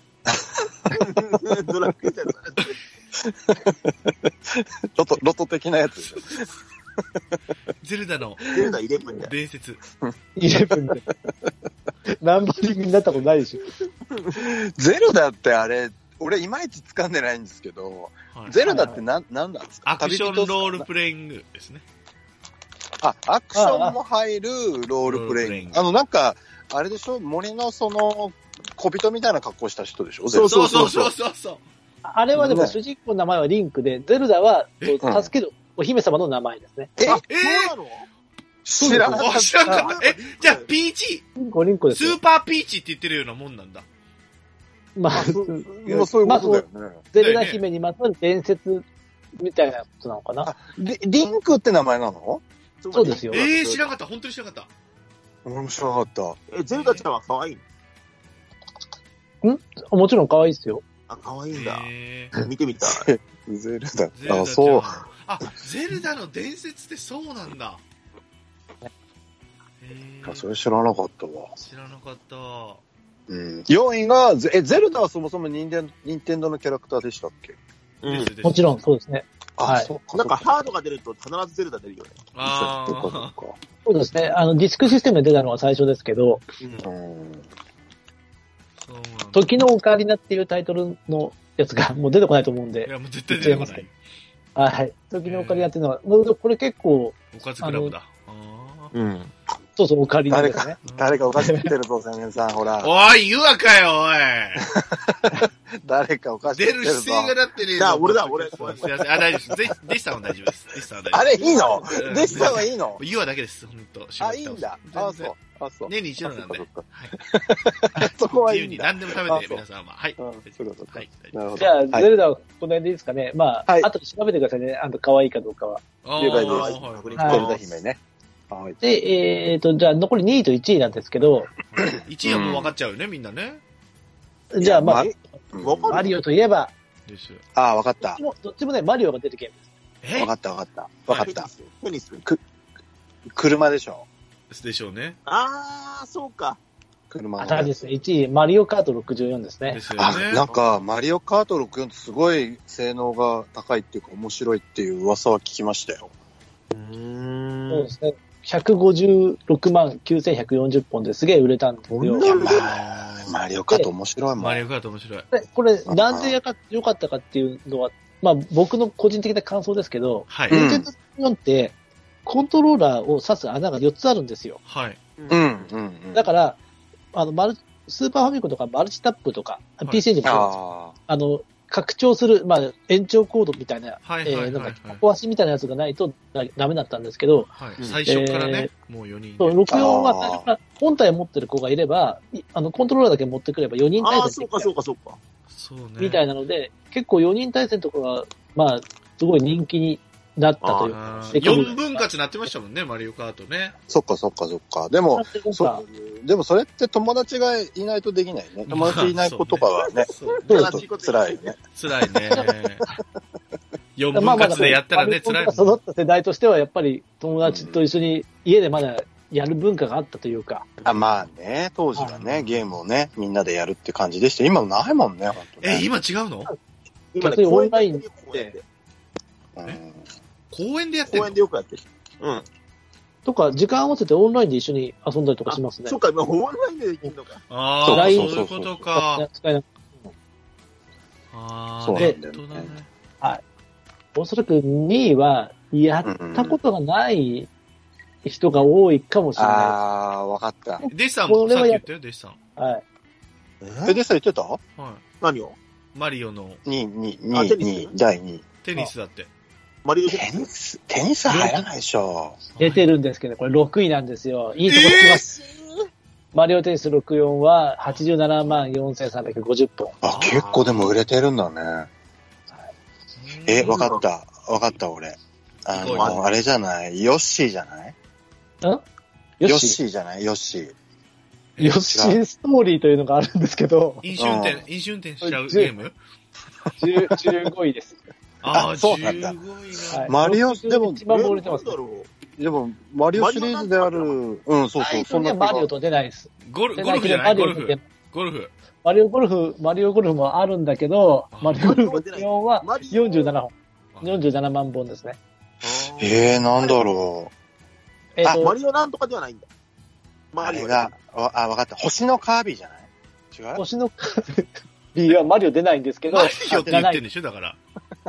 [SPEAKER 5] ドラクエじゃない。
[SPEAKER 3] ロト、ロト的なやつでしょ。
[SPEAKER 2] ゼルダの
[SPEAKER 5] ゼルダイレブンだよ。
[SPEAKER 2] 伝説。
[SPEAKER 4] イレブンで。ナンバリングになったことないでしょ。
[SPEAKER 3] ゼルダってあれ、俺いまいち掴んでないんですけど、はい、ゼルダってなん、なんなんですか？
[SPEAKER 2] アクションロールプレイングですね。
[SPEAKER 3] あ、アクションも入るロールプレイング。あの、なんか、あれでしょ？森のその、小人みたいな格好した人でしょ？
[SPEAKER 2] そうそうそうそうそうそう。
[SPEAKER 4] あれはでも主人公の名前はリンクで、ゼルダは助けるお姫様の名前ですね。
[SPEAKER 3] え、
[SPEAKER 5] えー、そうなの？
[SPEAKER 3] 知らなかった。
[SPEAKER 2] 知らなかった。え、じゃあピーチ
[SPEAKER 4] リンコリンコです
[SPEAKER 2] スーパーピーチって言ってるようなもんなんだ。
[SPEAKER 4] まあ、
[SPEAKER 3] そういうことだよね。
[SPEAKER 4] まあ、ゼルダ姫にまつわる伝説みたいなことなのかな。
[SPEAKER 3] リ, リンクって名前なの？
[SPEAKER 4] そうですよ。
[SPEAKER 2] えー、知らなかった。本当に知らなかった。
[SPEAKER 3] 俺も知らなかった。
[SPEAKER 5] え、ゼルダちゃんは可愛い
[SPEAKER 4] の？ん？もちろん可愛いですよ。
[SPEAKER 5] あ、可愛いんだ。
[SPEAKER 2] えー、
[SPEAKER 5] 見てみたい。
[SPEAKER 3] ゼルダ。
[SPEAKER 2] ゼルダ
[SPEAKER 3] あ、そう。
[SPEAKER 2] あ、ゼルダの伝説ってそうなんだ。
[SPEAKER 3] えー、それ知らなかったわ。
[SPEAKER 2] 知らなかった。
[SPEAKER 3] うん。よんいが、え、ゼルダはそもそも任天堂のキャラクターでしたっけ？
[SPEAKER 5] うん。
[SPEAKER 4] もちろん、そうですね。
[SPEAKER 3] はい。そっか。
[SPEAKER 5] なんかハードが出ると必ずゼルダ出るよね。
[SPEAKER 2] ああ。
[SPEAKER 3] そうか。
[SPEAKER 4] そうですね。あの、ディスクシステムで出たのが最初ですけど、
[SPEAKER 3] うん。
[SPEAKER 4] 時のオカリナっていうタイトルのやつがもう出てこないと思うんで。
[SPEAKER 2] いや、もう絶対出てこない。
[SPEAKER 4] はい。時のオカリナっていうのは、もうこれ結構。
[SPEAKER 2] おかずクラブだ。
[SPEAKER 3] うん。
[SPEAKER 4] そうそう、オカリナですね。
[SPEAKER 3] 誰かおかしくってるぞ、青年さん、ほら。
[SPEAKER 2] おい、言うわかよ、おい。
[SPEAKER 3] 誰かおかしくってるぞ。
[SPEAKER 2] 出る姿勢がだってねえ。
[SPEAKER 5] じゃあ、俺だ、俺。
[SPEAKER 2] すいません。あ、大丈夫です。ぜ弟子さんは大丈夫です。弟子さんは大丈夫です。
[SPEAKER 3] あれ、いいの？弟子さんはいいの？
[SPEAKER 2] 言うわだけです、ほんと。
[SPEAKER 3] あ、いいんだ。あ、そう。あ、そう。
[SPEAKER 2] 年に一度なんで。はい。
[SPEAKER 3] そこはいい。
[SPEAKER 2] 自由に何でも食べて、皆さんは。はい。
[SPEAKER 3] そういうことか。
[SPEAKER 2] はい。
[SPEAKER 3] なるほど。
[SPEAKER 4] じゃあ、ゼルダはこの辺でいいですかね。まあ、後で調べてくださいね。あんた可愛いかどうかは。
[SPEAKER 3] 了解です。ゼルダ姫ね。
[SPEAKER 4] はい。で、えっと、じゃあ残りにいといちいなんですけど。
[SPEAKER 2] いちいはもう分かっちゃうよね、みんなね。
[SPEAKER 4] じゃあ、まあ、
[SPEAKER 5] マ
[SPEAKER 4] リオといえば、
[SPEAKER 2] です。
[SPEAKER 3] ああ、わかった
[SPEAKER 4] どっち。も、どっちもね、マリオが出るゲームです。
[SPEAKER 2] え
[SPEAKER 3] わかったわかった。わかった。
[SPEAKER 5] テニス。
[SPEAKER 3] く、車でしょ。
[SPEAKER 2] でしょうね。
[SPEAKER 5] あー、そうか。
[SPEAKER 3] 車の。
[SPEAKER 4] あ、ただですね、いちい、マリオカートろくじゅうよんですね。
[SPEAKER 2] ですよ
[SPEAKER 3] あ、
[SPEAKER 2] ね。
[SPEAKER 3] なんか、マリオカートろくじゅうよんってすごい性能が高いっていうか面白いっていう噂は聞きましたよ。
[SPEAKER 5] うーん。
[SPEAKER 4] そうですね。ひゃくごじゅうろくまんきゅうせんひゃくよんじゅっぽんですげえ売れたんですよ。
[SPEAKER 5] こんなに
[SPEAKER 3] まあ、マリオカート面白いもん。
[SPEAKER 2] マリオカート面白い。
[SPEAKER 4] でこれ、なんでやか良かったかっていうのは、まあ僕の個人的な感想ですけど、
[SPEAKER 2] はい。
[SPEAKER 3] うん
[SPEAKER 4] ニンテンドーよんってコントローラーを挿す穴がよっつあるんですよ。
[SPEAKER 2] はい。
[SPEAKER 3] うん、うん、うん。
[SPEAKER 4] だから、あの、マル、スーパーファミコンとかマルチタップとか、
[SPEAKER 2] い
[SPEAKER 4] ピーシー エンジンもそうなんですよ。
[SPEAKER 3] あ
[SPEAKER 4] あの、拡張する、まあ、延長コードみたいな、
[SPEAKER 2] はいはいはいはい
[SPEAKER 4] えーなんか、小足みたいなやつがないとダダメだったんですけど、
[SPEAKER 2] はい。
[SPEAKER 5] うん
[SPEAKER 2] 最初からね、もうよにんで。
[SPEAKER 4] そうろくじゅうよんは
[SPEAKER 3] あー
[SPEAKER 4] 最初から本体を持ってる子がいれば、いあの、コントローラーだけ持ってくればよにん対
[SPEAKER 5] あー、そうか、
[SPEAKER 4] 戦できる
[SPEAKER 5] そうか、そうか。
[SPEAKER 2] そうね。
[SPEAKER 4] みたいなので、結構よにん対戦とかが、まあ、すごい人気になったというか、
[SPEAKER 2] あー
[SPEAKER 4] で
[SPEAKER 2] よんぶん割なってましたもんね、マリオカートね。
[SPEAKER 3] そっかそっかそっか。でも、
[SPEAKER 4] なんか
[SPEAKER 3] そ、でもそれって友達がいないとできないね。友達いない子とかはね、
[SPEAKER 2] そう
[SPEAKER 4] そう
[SPEAKER 5] 悲しいこと
[SPEAKER 3] 辛いよね。
[SPEAKER 2] 辛いね。よんぶん
[SPEAKER 4] まあまだ
[SPEAKER 2] 割でやったらね、辛いもん。
[SPEAKER 4] 育った世代としては、やっぱり友達と一緒に家でまだやる文化があったというか、
[SPEAKER 3] あ、まあね、当時はね、ゲームをね、みんなでやるって感じでした。今ないもんね、本当ね。
[SPEAKER 2] え、今違うの
[SPEAKER 5] 今ね、
[SPEAKER 4] 逆に
[SPEAKER 5] 公園
[SPEAKER 4] オンライン
[SPEAKER 5] で公園で
[SPEAKER 3] うん
[SPEAKER 2] 公園でやってんの
[SPEAKER 5] 公園でよくやってる。うん。
[SPEAKER 4] とか、時間合わせてオンラインで一緒に遊んだりとかしますね
[SPEAKER 5] そう。か、今、オンラインでできるのか。
[SPEAKER 2] ああ、そう
[SPEAKER 4] ライン
[SPEAKER 2] いうことか。
[SPEAKER 4] 使いな
[SPEAKER 2] ああ、
[SPEAKER 3] そう
[SPEAKER 2] ネ
[SPEAKER 3] なんだよね
[SPEAKER 2] ットだね。
[SPEAKER 4] おそらくにいは、やったことがない人が多いかもしれな
[SPEAKER 3] ああ、わかった。
[SPEAKER 2] 弟子さんも
[SPEAKER 4] これはや
[SPEAKER 2] さっき言ったよ、弟子さん。
[SPEAKER 4] い。はい。
[SPEAKER 3] え、でさ、言ってた
[SPEAKER 2] は
[SPEAKER 5] 何を
[SPEAKER 2] い。マリオの
[SPEAKER 3] に、に、に、
[SPEAKER 5] あテニス
[SPEAKER 3] に、だいに。
[SPEAKER 2] テニスだって。
[SPEAKER 5] マリオテ
[SPEAKER 3] テ
[SPEAKER 5] ニス。
[SPEAKER 3] ニス、テニス入らないでしょ。
[SPEAKER 4] 出てるんですけど、これろくいなんですよ。いいとこつきます。マリオテニスろくじゅうよんははちじゅうななまんよんせんさんびゃくごじゅっぽん。
[SPEAKER 3] あ、結構でも売れてるんだね。え、わか
[SPEAKER 2] っ
[SPEAKER 3] った。わかった、俺。あ
[SPEAKER 2] すごい
[SPEAKER 3] の、あれじゃないヨッシーじゃない
[SPEAKER 4] ん
[SPEAKER 3] ヨッ
[SPEAKER 4] よし、
[SPEAKER 3] シーじゃないヨッシー。
[SPEAKER 4] よしストーリーというのがあるんですけど、
[SPEAKER 2] 飲酒運転、飲酒運転しちゃうゲーム
[SPEAKER 4] じゅうじゅうごいです。
[SPEAKER 2] ああ、
[SPEAKER 3] あそうなんだ
[SPEAKER 2] じゅうごい
[SPEAKER 4] は。
[SPEAKER 2] ない
[SPEAKER 3] マリオでも
[SPEAKER 4] 一番売れてますね
[SPEAKER 5] なんだ。ろう。
[SPEAKER 3] でも、マリオシリーズである、うん、そうそう、
[SPEAKER 4] 最初
[SPEAKER 3] そんな
[SPEAKER 4] にはマリオと出ないです。
[SPEAKER 2] ゴル
[SPEAKER 4] 出
[SPEAKER 2] ゴルフじゃない
[SPEAKER 4] けど
[SPEAKER 2] ゴルフ。ゴルフ。
[SPEAKER 4] マリオゴルフ、マリオゴルフもあるんだけど
[SPEAKER 2] あ、
[SPEAKER 4] マリオゴルフよんは
[SPEAKER 5] マリオ
[SPEAKER 4] よんじゅうななほん。よんじゅうななまんぼんですね。
[SPEAKER 3] えー、なんだろ
[SPEAKER 4] えっ、
[SPEAKER 3] あ
[SPEAKER 4] と、
[SPEAKER 5] マリオなんとかではないんだ。
[SPEAKER 3] う。
[SPEAKER 5] マリオ
[SPEAKER 3] あれが、わあ、わかった。星のカービィじゃない違う
[SPEAKER 4] 星のカービィはマリオ出ないんですけど、
[SPEAKER 2] マリオって言ってんでしょだから。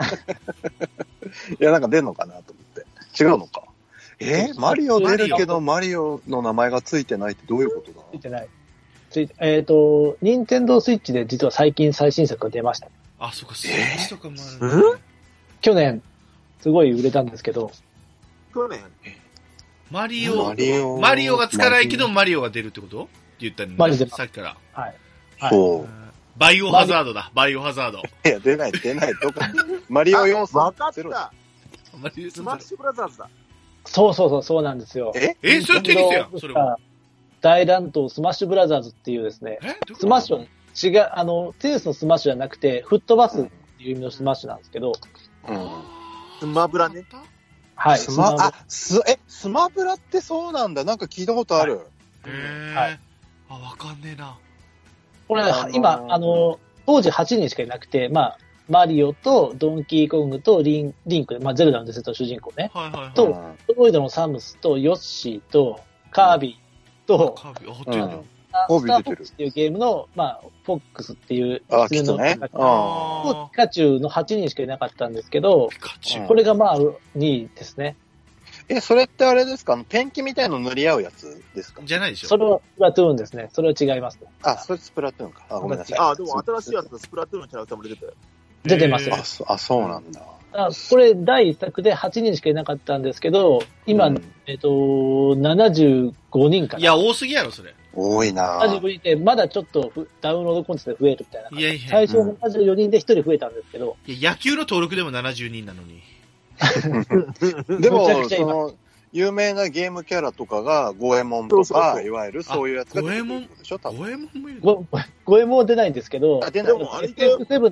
[SPEAKER 3] いや、なんか出んのかなと思って。違うのか。えーマリオ出るけど、マリオの名前がついてないってどういうことだ
[SPEAKER 4] ついてない。ついてえっ、と、ニンテンドースイッチで実は最近最新作が出ました。
[SPEAKER 2] あ、そっか、スイッチとかもあるね。
[SPEAKER 4] 去年、すごい売れたんですけど、
[SPEAKER 5] 去年。
[SPEAKER 2] マリオ
[SPEAKER 3] マ、リオ。
[SPEAKER 2] マリオがつかないけど、マリオが出るってことって言ったんだね。
[SPEAKER 4] マリオ出ます
[SPEAKER 2] さっきから。
[SPEAKER 4] はい。はい
[SPEAKER 3] そう。
[SPEAKER 2] バイオハザードだ。バイオハザード。
[SPEAKER 3] いや、出ない、出ない。どこマリオ要素
[SPEAKER 5] わかっ
[SPEAKER 3] ゼロ。
[SPEAKER 5] た。
[SPEAKER 2] マリオ
[SPEAKER 5] スマッシュブラザーズだ。
[SPEAKER 4] そうそうそう、そうなんですよ。
[SPEAKER 3] え
[SPEAKER 2] え、それテニスやん、それは。
[SPEAKER 4] 大乱闘スマッシュブラザーズっていうですね、
[SPEAKER 2] えどういうこと
[SPEAKER 4] スマッシュは違う、あの、テニスのスマッシュじゃなくて、吹っ飛ばすっていう意味のスマッシュなんですけど、
[SPEAKER 3] うん。
[SPEAKER 5] スマブラね。
[SPEAKER 4] はい。
[SPEAKER 3] スマ、
[SPEAKER 4] スマ
[SPEAKER 3] あ、す、え、スマブラってそうなんだ。なんか聞いたことある。
[SPEAKER 2] へー
[SPEAKER 4] はい
[SPEAKER 2] あ、わかんねえな。
[SPEAKER 4] これ、
[SPEAKER 3] あのー
[SPEAKER 4] 今、あの、当時はちにんしかいなくて、まあ、マリオとドンキーコングとリンリンク、まあ、ゼルダの伝説の主人公ね、
[SPEAKER 2] はいはいはい。
[SPEAKER 4] と
[SPEAKER 3] うん
[SPEAKER 4] トロイドのサムスとヨッシーとカービィと、
[SPEAKER 2] カービィ、あ、
[SPEAKER 3] う
[SPEAKER 2] 出る
[SPEAKER 3] ん。
[SPEAKER 4] ス
[SPEAKER 3] カービィ出てる
[SPEAKER 4] ターフォックスっていうゲームの、まあ、フォックスっていう、
[SPEAKER 3] あ、きっとね。
[SPEAKER 4] 普通の
[SPEAKER 3] あ
[SPEAKER 2] あ
[SPEAKER 4] とピカチュウのはちにんしかいなかったんですけど、
[SPEAKER 2] ピカチュウ。
[SPEAKER 4] これがまあにいですね。
[SPEAKER 3] え、それってあれですかあのペンキみたいの塗り合うやつですか
[SPEAKER 2] じゃないでしょ。
[SPEAKER 4] それはスプラトゥーンですね。それは違います。
[SPEAKER 3] あ、それスプラトゥーンか。あ、ごめんなさい。
[SPEAKER 5] あ、でも新しいやつだ。スプラトゥーンのキャラクターも出てたよ。
[SPEAKER 4] 出てます
[SPEAKER 2] へー
[SPEAKER 3] あ、そあそうなんだ。
[SPEAKER 4] あこれだいいっさくではちにんしかいなかったんですけど、今、
[SPEAKER 3] うん
[SPEAKER 4] えっ、と、ななじゅうごにんかな。
[SPEAKER 2] いや、多すぎやろ、それ。
[SPEAKER 3] 多いな
[SPEAKER 4] ななじゅうごにんで、まだちょっとふダウンロードコンテンツで増えるみたいな。
[SPEAKER 2] いやいや
[SPEAKER 4] 最初ななじゅうよにんでひとり増えたんですけど、
[SPEAKER 2] いや、野球の登録でもななじゅうにんなのに。
[SPEAKER 3] でも
[SPEAKER 4] むちゃくちゃ、今
[SPEAKER 3] その、有名なゲームキャラとかが、ゴエモンとか、
[SPEAKER 5] そうそうそう
[SPEAKER 3] いわゆるそういうやつが出てくるってことでしょ多分。
[SPEAKER 2] 五右衛門もいる
[SPEAKER 4] ご、ごえもんは出ないんですけど、
[SPEAKER 3] あ、出ない
[SPEAKER 5] でもあれ
[SPEAKER 4] エフエフセブン と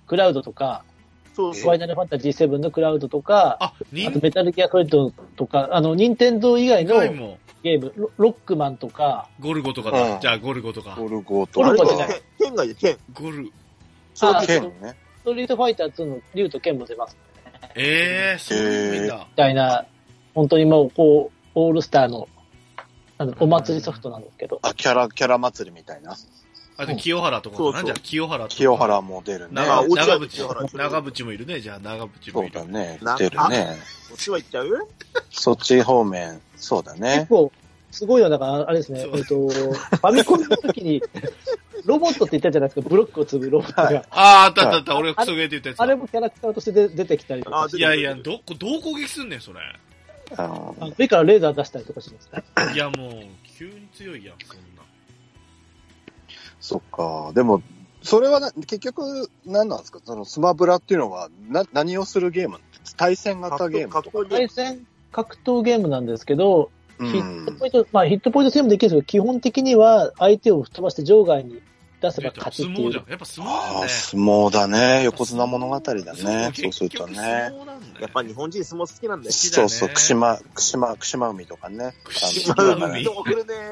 [SPEAKER 4] クラウドとか、
[SPEAKER 5] そう
[SPEAKER 4] ファイナルファンタジーセブンのクラウドとか、
[SPEAKER 2] あ、
[SPEAKER 4] あ
[SPEAKER 2] ニン
[SPEAKER 4] とメタルギアソリッドとか、あの、任天堂以外の
[SPEAKER 2] 以外も、
[SPEAKER 4] ゲーム、ロロックマンとか、
[SPEAKER 2] ゴルゴとか
[SPEAKER 3] う
[SPEAKER 2] だ。
[SPEAKER 3] ん
[SPEAKER 2] じゃあ、ゴルゴとか。
[SPEAKER 3] ゴルゴと
[SPEAKER 4] ゴルゴじゃ
[SPEAKER 3] か。
[SPEAKER 4] ない
[SPEAKER 5] 剣がいい、剣。
[SPEAKER 2] ゴル、
[SPEAKER 4] あ
[SPEAKER 3] 剣ね。
[SPEAKER 4] ストリートファイターツーの竜と剣も出ます。
[SPEAKER 2] ええー、そういう意味だ。
[SPEAKER 4] みたいな、本当にもう、こう、オールスターの、あの、お祭りソフトなんですけど。
[SPEAKER 3] あ、キャラ、キャラ祭りみたいな。
[SPEAKER 2] あ、で、清原とかかな。
[SPEAKER 5] そうそう
[SPEAKER 2] じゃあ、清原とか。
[SPEAKER 3] 清原も出るね。
[SPEAKER 2] 長
[SPEAKER 5] あ落合
[SPEAKER 2] 長渕
[SPEAKER 5] 清原。
[SPEAKER 2] 長渕もいるね。じゃあ、長渕も
[SPEAKER 3] そ
[SPEAKER 2] いうる。
[SPEAKER 3] だね
[SPEAKER 5] な。
[SPEAKER 3] 出るね。
[SPEAKER 5] こっちは行っちゃう
[SPEAKER 3] そっち方面、そうだ
[SPEAKER 4] 結
[SPEAKER 3] ね。
[SPEAKER 4] 構、すごいのだから、あれですね、
[SPEAKER 2] そう
[SPEAKER 4] えっと、ファミコンの時に、ロボットって言ったじゃないですか、ブロックを積むロボットが。
[SPEAKER 3] はい
[SPEAKER 2] ああ、あったあったあった。俺がクソゲーって言ったやつだ。
[SPEAKER 4] あれもキャラクターとしてで出てきたりとか
[SPEAKER 5] あ、
[SPEAKER 2] いやいや、ど、こどう攻撃すんねん、それ。
[SPEAKER 3] あの
[SPEAKER 4] あの上からレーザー出したりとかしますね。
[SPEAKER 2] いや、もう、急に強いやん、そんな。
[SPEAKER 3] そっか。でも、それはな結局、何なんですかそのスマブラっていうのは、な、何をするゲーム対戦型ゲームとか。
[SPEAKER 5] 格闘ゲーム。
[SPEAKER 4] 対戦格闘ゲームなんですけど、
[SPEAKER 3] う
[SPEAKER 4] ヒッ
[SPEAKER 3] ん
[SPEAKER 4] トポイント、まあヒットポイント制もできるんですけど、基本的には相手を吹っ飛ばして場外に出せば勝ちっていう
[SPEAKER 2] 相撲じゃん。。やっぱ相撲だ
[SPEAKER 3] ああ、
[SPEAKER 2] ね。
[SPEAKER 3] 相撲だね。横綱物語だね。そうすると
[SPEAKER 2] 結局
[SPEAKER 3] ね。
[SPEAKER 2] 相撲なんだよ
[SPEAKER 5] やっぱ日本人相撲好きなんだよ。
[SPEAKER 2] 好きだね
[SPEAKER 3] そうそう、串間、串間、串間海とかね。
[SPEAKER 2] 串間海
[SPEAKER 3] 感じだからね
[SPEAKER 5] でも来るね。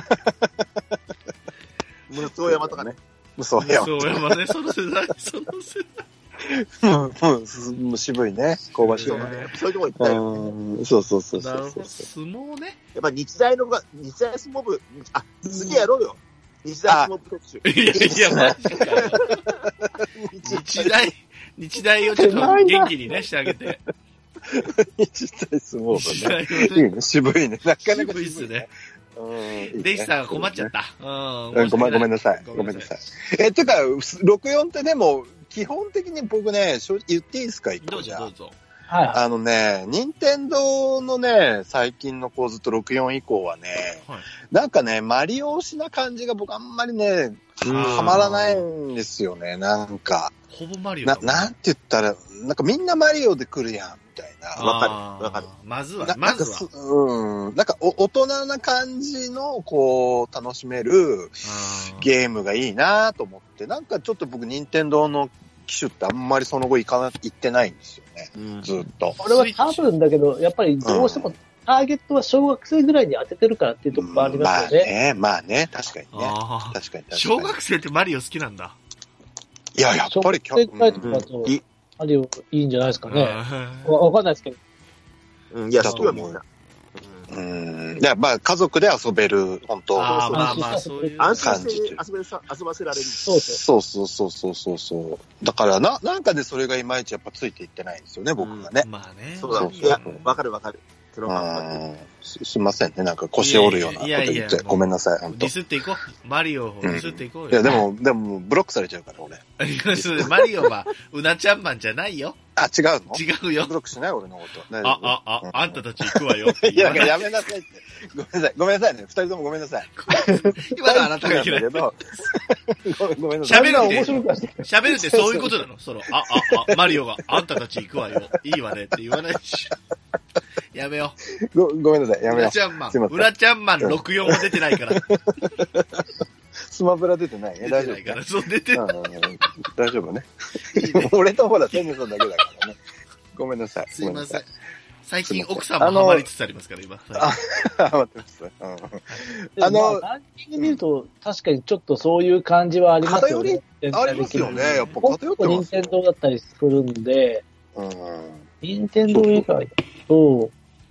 [SPEAKER 5] 無双山とかね。
[SPEAKER 3] そうや。
[SPEAKER 2] そうやまね、その世代、その世代。
[SPEAKER 3] うんうん、渋いね。香ばしいね。
[SPEAKER 5] そうね。そういうとこ行ったよ。
[SPEAKER 3] うん、そうそうそうそうそう
[SPEAKER 2] なるほど。。相撲ね。
[SPEAKER 5] やっぱ日大のが、日大相撲部、あ、次やろうよ。日大相撲部特集。
[SPEAKER 2] いやいや、マジかよ。日大、日大をちょっと元気にね、してあげて。
[SPEAKER 3] 日大相撲
[SPEAKER 2] 日
[SPEAKER 3] 部ね。
[SPEAKER 2] 大をね。
[SPEAKER 3] いいね、渋いね。なかなか
[SPEAKER 2] 渋いっすね。
[SPEAKER 3] うん。
[SPEAKER 2] デイさんが困っちゃった。うん。
[SPEAKER 3] うん。ごめん、ごめんなさい。
[SPEAKER 2] ご
[SPEAKER 3] ごめんなさ
[SPEAKER 2] めんなさ
[SPEAKER 3] い。え、てか、ろくよんってでも、基本的に僕ね、正直言っていいですか、一
[SPEAKER 2] ど
[SPEAKER 3] 個じゃ
[SPEAKER 2] うぞどうぞ。
[SPEAKER 4] はい。
[SPEAKER 3] あのね、任天堂のね、最近のこうずっとろくよん以降はね、
[SPEAKER 2] はい
[SPEAKER 3] なんかね、マリオ推しな感じが僕あんまりね、
[SPEAKER 5] うん
[SPEAKER 3] はまらないんですよね、なんか。
[SPEAKER 2] ほぼマリオ
[SPEAKER 3] な、
[SPEAKER 2] だもん。
[SPEAKER 3] なんて言ったら、なんかみんなマリオで来るやん、みたいな。
[SPEAKER 5] わかる
[SPEAKER 2] あー
[SPEAKER 5] わかる
[SPEAKER 2] まずは
[SPEAKER 3] な、
[SPEAKER 2] まずは
[SPEAKER 3] なんかす、。うん、なんかお大人な感じの、こう、楽しめる
[SPEAKER 2] あー
[SPEAKER 3] ゲームがいいなと思って、なんかちょっと僕、任天堂の機種ってあんまりその後行かな、行ってないんですよね、
[SPEAKER 5] うん
[SPEAKER 3] ずっと。
[SPEAKER 4] これは多分だけど、やっぱりどうしてもターゲットは小学生ぐらいに当ててるからっていうところがありますよね。
[SPEAKER 3] まあね、まあね、確かにね。
[SPEAKER 2] あー
[SPEAKER 3] 確かに確かに。
[SPEAKER 2] 小学生ってマリオ好きなんだ。
[SPEAKER 3] いや、やっ
[SPEAKER 4] 小
[SPEAKER 3] ぱり
[SPEAKER 4] 学生ぐらいと
[SPEAKER 3] うん
[SPEAKER 4] かだと
[SPEAKER 5] いい、
[SPEAKER 4] マリオいいんじゃないですかね。
[SPEAKER 2] うん
[SPEAKER 4] わわかんないですけど。
[SPEAKER 5] うん、いや、好きはみんな。
[SPEAKER 3] うん。いや、まあ、家族で遊べる、本当
[SPEAKER 2] ああ、
[SPEAKER 5] そう
[SPEAKER 2] まあまあ、そういう。
[SPEAKER 5] 安心して
[SPEAKER 3] 感じ
[SPEAKER 5] 遊べさ、遊ばせられる。
[SPEAKER 4] そうそう。
[SPEAKER 3] そうそうそうそうそうそう。だから、な、なんかでそれがいまいちやっぱついていってないんですよね、僕がね。
[SPEAKER 2] まあね。
[SPEAKER 5] そうだ。
[SPEAKER 3] そう
[SPEAKER 5] いや
[SPEAKER 3] そう、
[SPEAKER 5] わかるわかる。その
[SPEAKER 3] う
[SPEAKER 5] 感覚
[SPEAKER 3] ん。すすいませんね、なんか腰折るようなこと
[SPEAKER 2] いやいやいや
[SPEAKER 3] 言って。ごめんなさい、本当
[SPEAKER 2] ディスっていこう。マリオをディスっていこうよ。
[SPEAKER 3] いや、でも、でも、ブロックされちゃうから、俺。
[SPEAKER 2] いや、それマリオは、うなちゃんマンじゃないよ。
[SPEAKER 3] あ、違うの
[SPEAKER 2] 違うよ
[SPEAKER 3] ブ。ロックしない俺のこと。大丈
[SPEAKER 2] あ、
[SPEAKER 3] 夫
[SPEAKER 2] あ、あ、
[SPEAKER 3] うん
[SPEAKER 2] あんたたち行くわよって
[SPEAKER 3] いや、
[SPEAKER 2] 言わない。
[SPEAKER 3] やめなさいって。ごめんなさい。ごめんなさいね。二人ともごめんなさい。
[SPEAKER 2] 今のあなたが嫌い。
[SPEAKER 3] だけど、ごめんごめんなさい。
[SPEAKER 2] 喋るって
[SPEAKER 4] 面白くはしてる。
[SPEAKER 2] 喋るってそういうことなのその、あ、あ、あ、マリオが、あんたたち行くわよ。いいわねって言わないし。やめよ
[SPEAKER 3] ごごめんなさい。
[SPEAKER 2] う。う
[SPEAKER 3] やめよ
[SPEAKER 2] なちゃんマン
[SPEAKER 3] すいま。せん
[SPEAKER 2] うなちゃんマンろくよんも出てないから。
[SPEAKER 3] う。スマブラ出てないね。
[SPEAKER 2] 出
[SPEAKER 3] 大丈夫ね
[SPEAKER 2] てないから。そう、出てない。
[SPEAKER 3] うん大丈夫ね。俺とほら、天狗さんだけだからね。ごめんなさい。
[SPEAKER 2] すいません
[SPEAKER 3] ご。
[SPEAKER 2] 最近
[SPEAKER 3] すいません
[SPEAKER 2] 奥さんもハマりつつありますから、今。
[SPEAKER 3] あ待ってます。うん
[SPEAKER 4] あ
[SPEAKER 3] あの
[SPEAKER 4] の、ランキング見ると、確かにちょっとそういう感じはありますよね。
[SPEAKER 3] ありますよね。やっぱ
[SPEAKER 4] ポップ
[SPEAKER 3] 偏ってますよ。
[SPEAKER 4] 任天堂だったりするんで、
[SPEAKER 3] うん
[SPEAKER 4] 任天堂以外だと、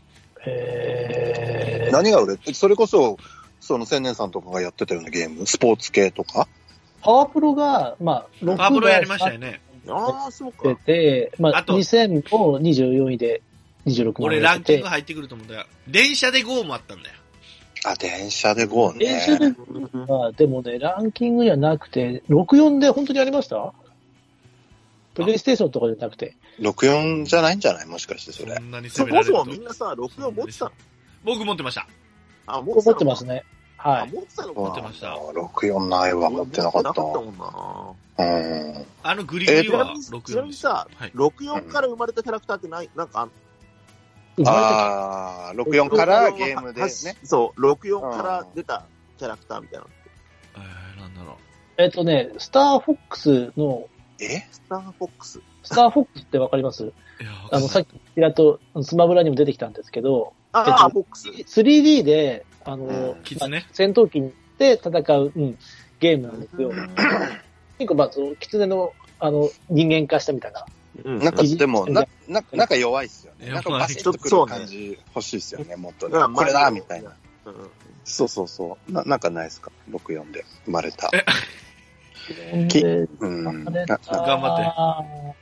[SPEAKER 4] えー、
[SPEAKER 3] 何が売れそれこそ、その千年さんとかがやってたようなゲーム、スポーツ系とか
[SPEAKER 4] パワプロが、まあ、ろく
[SPEAKER 2] パワプロやりましたよね。
[SPEAKER 5] ああ、そうか
[SPEAKER 4] 出。て、まあ、
[SPEAKER 2] あと
[SPEAKER 4] にせんもにじゅうよんいでにじゅうろくまん
[SPEAKER 2] 俺
[SPEAKER 4] やってて
[SPEAKER 2] ランキング入ってくると思うんだよ。電車で ゴー もあったんだよ。
[SPEAKER 3] あ、電車で ゴー ね。
[SPEAKER 4] 電車で、まあ、でもね、ランキングにはなくて、ろくよんで本当にありましたプレイステーションとかじゃなくて。
[SPEAKER 3] ろくよんじゃないんじゃないもしかしてそれ
[SPEAKER 2] そ。んなに
[SPEAKER 5] そもそ
[SPEAKER 2] 攻められると
[SPEAKER 5] もみんなさ、ろくよん持ってたの
[SPEAKER 2] 僕持ってました。
[SPEAKER 5] あ、持
[SPEAKER 4] 持ってます
[SPEAKER 5] ね。
[SPEAKER 4] ね。
[SPEAKER 5] あ、
[SPEAKER 4] はい。
[SPEAKER 5] 持ってたの
[SPEAKER 2] 持っ
[SPEAKER 5] か。
[SPEAKER 2] てました
[SPEAKER 3] ろくよんないわ、持ってなかった。
[SPEAKER 5] 持ってなかったもんな。
[SPEAKER 3] うん。
[SPEAKER 2] あのグリグリは
[SPEAKER 5] ちなみに
[SPEAKER 2] ろく
[SPEAKER 5] ちな
[SPEAKER 2] よんです。
[SPEAKER 5] みにさ、
[SPEAKER 2] はい。
[SPEAKER 5] ろくよんから生まれたキャラクターってない、なんかあん
[SPEAKER 4] 生まれて
[SPEAKER 3] ああ、ろくよんからゲームでね。
[SPEAKER 5] そう、ろくよんから出たキャラクターみたいな。
[SPEAKER 2] えー、なんだろう。
[SPEAKER 4] えっとね、スターフォックスの
[SPEAKER 3] え
[SPEAKER 5] スターフォックス。
[SPEAKER 4] スターフォックスってわかります？
[SPEAKER 2] いや、
[SPEAKER 4] あの、さっき、ちらっと、スマブラにも出てきたんですけど、
[SPEAKER 5] あ、
[SPEAKER 4] えっと
[SPEAKER 5] あ、フォックス。
[SPEAKER 4] スリーディー で、あの、
[SPEAKER 3] うん
[SPEAKER 2] キツネ
[SPEAKER 4] 戦闘機で戦う、うん、ゲームなんですよ。結構、まあ、その、キツネの、あの、人間化したみたいな。
[SPEAKER 5] うん。
[SPEAKER 3] なんか、でも、な、な、なんか弱いっすよね。
[SPEAKER 2] 弱
[SPEAKER 3] ないんかバシッとくる感じ欲しいっすよね、もっとね。
[SPEAKER 5] うん
[SPEAKER 3] これだみたいな。
[SPEAKER 5] うん
[SPEAKER 3] そうそうそう。な、なんかないですか ?ろくじゅうよん で生まれた。
[SPEAKER 4] で
[SPEAKER 3] きうん。
[SPEAKER 4] あれ
[SPEAKER 3] な
[SPEAKER 2] 頑張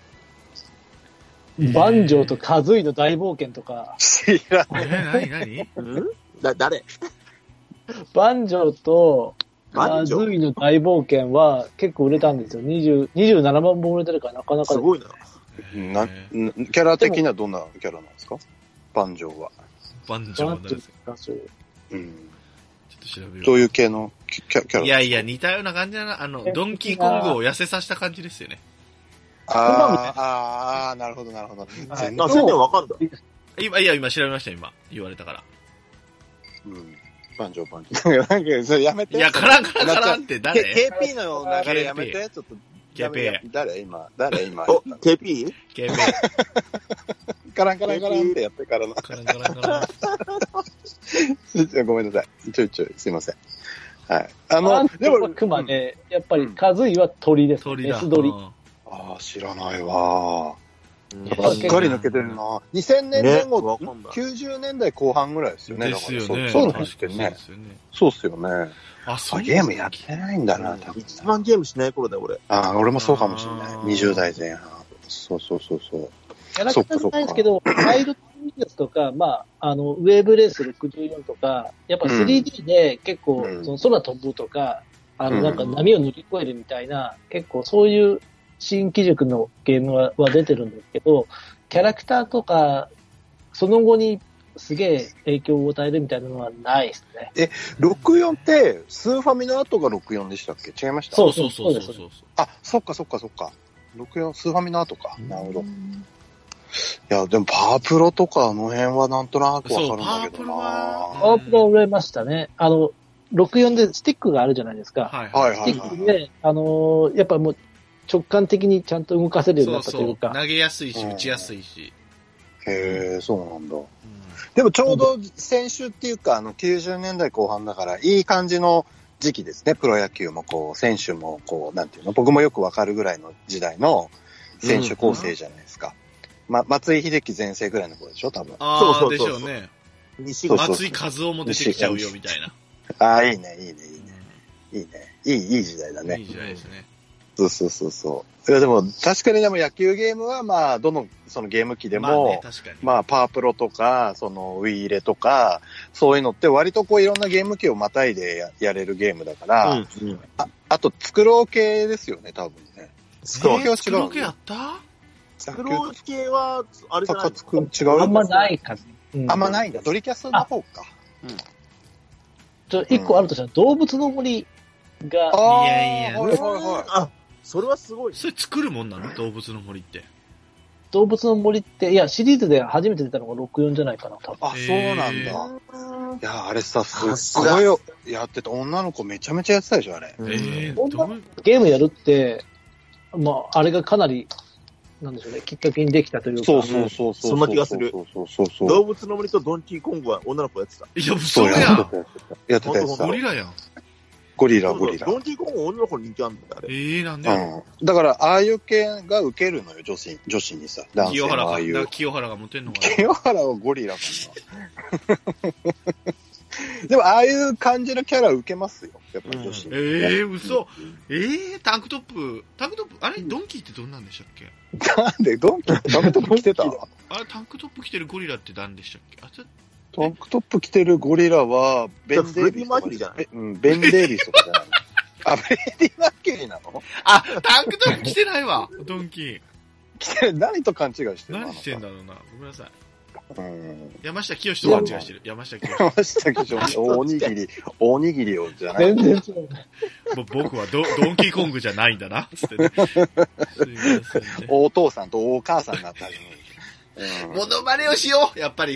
[SPEAKER 4] って。バンジョーとカズイの大冒険とか、
[SPEAKER 3] 知ら
[SPEAKER 2] え、なになに
[SPEAKER 5] うんだ、誰
[SPEAKER 4] バンジョーと
[SPEAKER 5] バンジョー
[SPEAKER 4] カズイの大冒険は結構売れたんですよ。にじゅう、にじゅうななまん本売れてるからなかなかです
[SPEAKER 5] すごいな。
[SPEAKER 3] な、なキャラ的にはどんなキャラなんですかバンジョーは。
[SPEAKER 2] バンジョ
[SPEAKER 4] バンジョ
[SPEAKER 2] ーです。
[SPEAKER 4] ーそう
[SPEAKER 3] うん。
[SPEAKER 2] ちょっと調べよ
[SPEAKER 3] どういう系のキャキャラ
[SPEAKER 2] いやいや、似たような感じだな。あの、ドンキーコングを痩せさせた感じですよね。
[SPEAKER 3] あーあー、なるほど、なるほど。全然
[SPEAKER 5] あ、それでもわかんだ。
[SPEAKER 2] 今、いや、今調べました、今。言われたから。
[SPEAKER 3] うん。バンジョー、バンジョー。なんか、それやめて。
[SPEAKER 2] いや、カランカランカランって誰
[SPEAKER 3] ケーピー の流れやめて、ちょっと。
[SPEAKER 2] ケーピー。
[SPEAKER 3] 誰今誰今。
[SPEAKER 5] お、ケーピー?
[SPEAKER 2] ケーピー。
[SPEAKER 3] カランカランカランってやってからの。
[SPEAKER 2] カランカランカラン。
[SPEAKER 3] ごめんなさい。ちょいちょい、すいません。はい。あ
[SPEAKER 4] バン
[SPEAKER 3] の、でも
[SPEAKER 4] ジョーは、クマで、やっぱりカズイは鳥です。
[SPEAKER 2] 鳥だ。
[SPEAKER 4] メス鳥。
[SPEAKER 3] ああ、知らないわ。
[SPEAKER 2] うん
[SPEAKER 3] ばっかり抜けてるな。にせんねん前後、
[SPEAKER 5] ねわかんない
[SPEAKER 3] きゅうじゅうねんだいこう半ぐらいですよね。
[SPEAKER 2] ですよね。
[SPEAKER 3] だからそうそうなんです
[SPEAKER 2] 確かにそう
[SPEAKER 3] よね
[SPEAKER 2] で。すよね。
[SPEAKER 3] そうっすよね。
[SPEAKER 2] あ、そう
[SPEAKER 3] あ、ゲームやってないんだな、多分。
[SPEAKER 5] 一番ゲームしない頃だよ、俺。
[SPEAKER 3] ああ、俺もそうかもしれな
[SPEAKER 2] あー
[SPEAKER 3] い。にじゅうだいぜん半。そうそうそうそう。
[SPEAKER 4] キャラクターじゃないですけど、ワイルドミニアスとか、まあ、あの、ウェーブレースろくじゅうよんとか、やっぱ スリーディー で結構、
[SPEAKER 3] うん
[SPEAKER 4] その空飛ぶとか、あの、
[SPEAKER 3] うん
[SPEAKER 4] なんか波を乗り越えるみたいな、結構そういう新機軸のゲームはは出てるんですけど、キャラクターとか、その後にすげえ影響を与えるみたいなのはないですね。
[SPEAKER 3] ろくじゅうよんって、スーファミの後がろくじゅうよんでしたっけ違いました
[SPEAKER 2] そうそうそうそうそう。
[SPEAKER 3] あ、そっかそっかそっか。ろくじゅうよん、スーファミの後か。なるほど。いや、でもパワープロとかあの辺はなんとなくわかるんだけどな。
[SPEAKER 4] パワープロは売れましたね。あの、ろくじゅうよんでスティックがあるじゃないですか。
[SPEAKER 2] はい
[SPEAKER 3] はい
[SPEAKER 4] スティックで、あのーやっぱもう直感的にちゃんと動かせるようになったというか。
[SPEAKER 2] 投げやすいし、打ちやすいし。
[SPEAKER 3] へえ、そうなんだ。
[SPEAKER 2] うん
[SPEAKER 3] でもちょうど先週っていうか、あの、きゅうじゅうねんだいこう半だから、いい感じの時期ですね。プロ野球もこう、選手もこう、なんていうの、僕もよくわかるぐらいの時代の選手構成じゃないですか。ま、松井秀喜全盛ぐらいの頃でしょ、多分。
[SPEAKER 2] ああ、
[SPEAKER 5] そうそうそう
[SPEAKER 2] でしょうね。
[SPEAKER 5] 西が
[SPEAKER 3] そうそう
[SPEAKER 2] 松井和夫も出てきちゃうよ、みたいな。
[SPEAKER 3] ああ、いいね、いいね、いいね。いいね。いい、いい時代だね。
[SPEAKER 2] いい時代ですね。
[SPEAKER 3] そうそうそうそう。いや、でも、確かにでも野球ゲームは、まあ、どの、そのゲーム機で
[SPEAKER 2] まあね
[SPEAKER 3] も、、
[SPEAKER 2] 確かに。
[SPEAKER 3] まあ、パワープロとか、その、ウィー入れとか、そういうのって割とこういろんなゲーム機をまたいでややれるゲームだから、
[SPEAKER 5] うんうん。
[SPEAKER 3] ああと、作ろう系ですよね、多分ね。作ろう系は違う
[SPEAKER 2] 作ろう系やった
[SPEAKER 5] スロー系は、あれじゃないの
[SPEAKER 3] 高津くん違う
[SPEAKER 4] あんまないか、うん
[SPEAKER 3] あんまないんだ。ドリキャスの方か。
[SPEAKER 4] ちょ、一個あるとしたら、動物の森が、
[SPEAKER 3] ああ、
[SPEAKER 2] いやいや
[SPEAKER 3] はいはいはい。
[SPEAKER 5] あ、それはすごい。
[SPEAKER 2] それ作るもんなの動物の森って。
[SPEAKER 4] 動物の森って、いや、シリーズで初めて出たのがろくじゅうよんじゃないかな、多分。
[SPEAKER 3] あ、そうなん
[SPEAKER 2] へ
[SPEAKER 3] だ。
[SPEAKER 5] ー
[SPEAKER 3] いや、あれさ、すっごいよやってた。女の子めちゃめちゃやってたでしょ、あれ。
[SPEAKER 5] うん
[SPEAKER 2] ええ、
[SPEAKER 4] うん
[SPEAKER 2] どう
[SPEAKER 4] ゲームやるって、まあ、あれがかなり、なんでしょうね、きっかけにできたというか。
[SPEAKER 3] そうそうそうそう。
[SPEAKER 5] そんな気がする
[SPEAKER 3] そうそうそうそう。
[SPEAKER 5] 動物の森とドンキーコングは女の子やってた。
[SPEAKER 2] いや、嘘
[SPEAKER 3] そう
[SPEAKER 2] やん。
[SPEAKER 3] やってた。やってたやってた。
[SPEAKER 2] ゴリラやん。
[SPEAKER 3] ゴリラ、ゴリラ。
[SPEAKER 5] ドンキーコングは女の子に人気あるんだよ、あれ。
[SPEAKER 2] ええ、なんで
[SPEAKER 3] うん。だから、ああいう系が受けるのよ、女子、女子にさ。男性
[SPEAKER 2] 清原が、
[SPEAKER 3] のああいう。
[SPEAKER 2] 清原が持ってんのか
[SPEAKER 3] 清原はゴリラかな。でも、ああいう感じのキャラ受けますよ。やっぱり女子に。
[SPEAKER 2] な。ええ、嘘。ええ、タンクトップ、タンクトップ、あれドンキーってどんなんでしたっけ
[SPEAKER 3] なんで、ドンキってタンクトップ着てた
[SPEAKER 2] あれタンクトップ着てるゴリラって何でしたっけあ、ちょ
[SPEAKER 3] タンクトップ着てるゴリラは、ベン・デイビスとか。
[SPEAKER 5] フレディマーキュリーじゃない
[SPEAKER 3] えうん、ベン・デイビスとかじゃないあ、ベレディ・マーキュリーなの
[SPEAKER 2] あ、タンクトップ着てないわ、ドンキー。
[SPEAKER 3] 着てる、何と勘違いしてるの
[SPEAKER 2] 何してんだろうな。ごめんなさい。
[SPEAKER 3] うん。
[SPEAKER 2] 山下清と勘違いしてる。山下清。
[SPEAKER 3] 山下騎乗、おにぎり、おにぎりをじゃない
[SPEAKER 4] 全然違う。
[SPEAKER 2] ぼ僕はドドンキーコングじゃないんだな、つってね。すいませんね。
[SPEAKER 3] お父さんとお母さんになったり。うん
[SPEAKER 2] モノマネをしようやっぱり。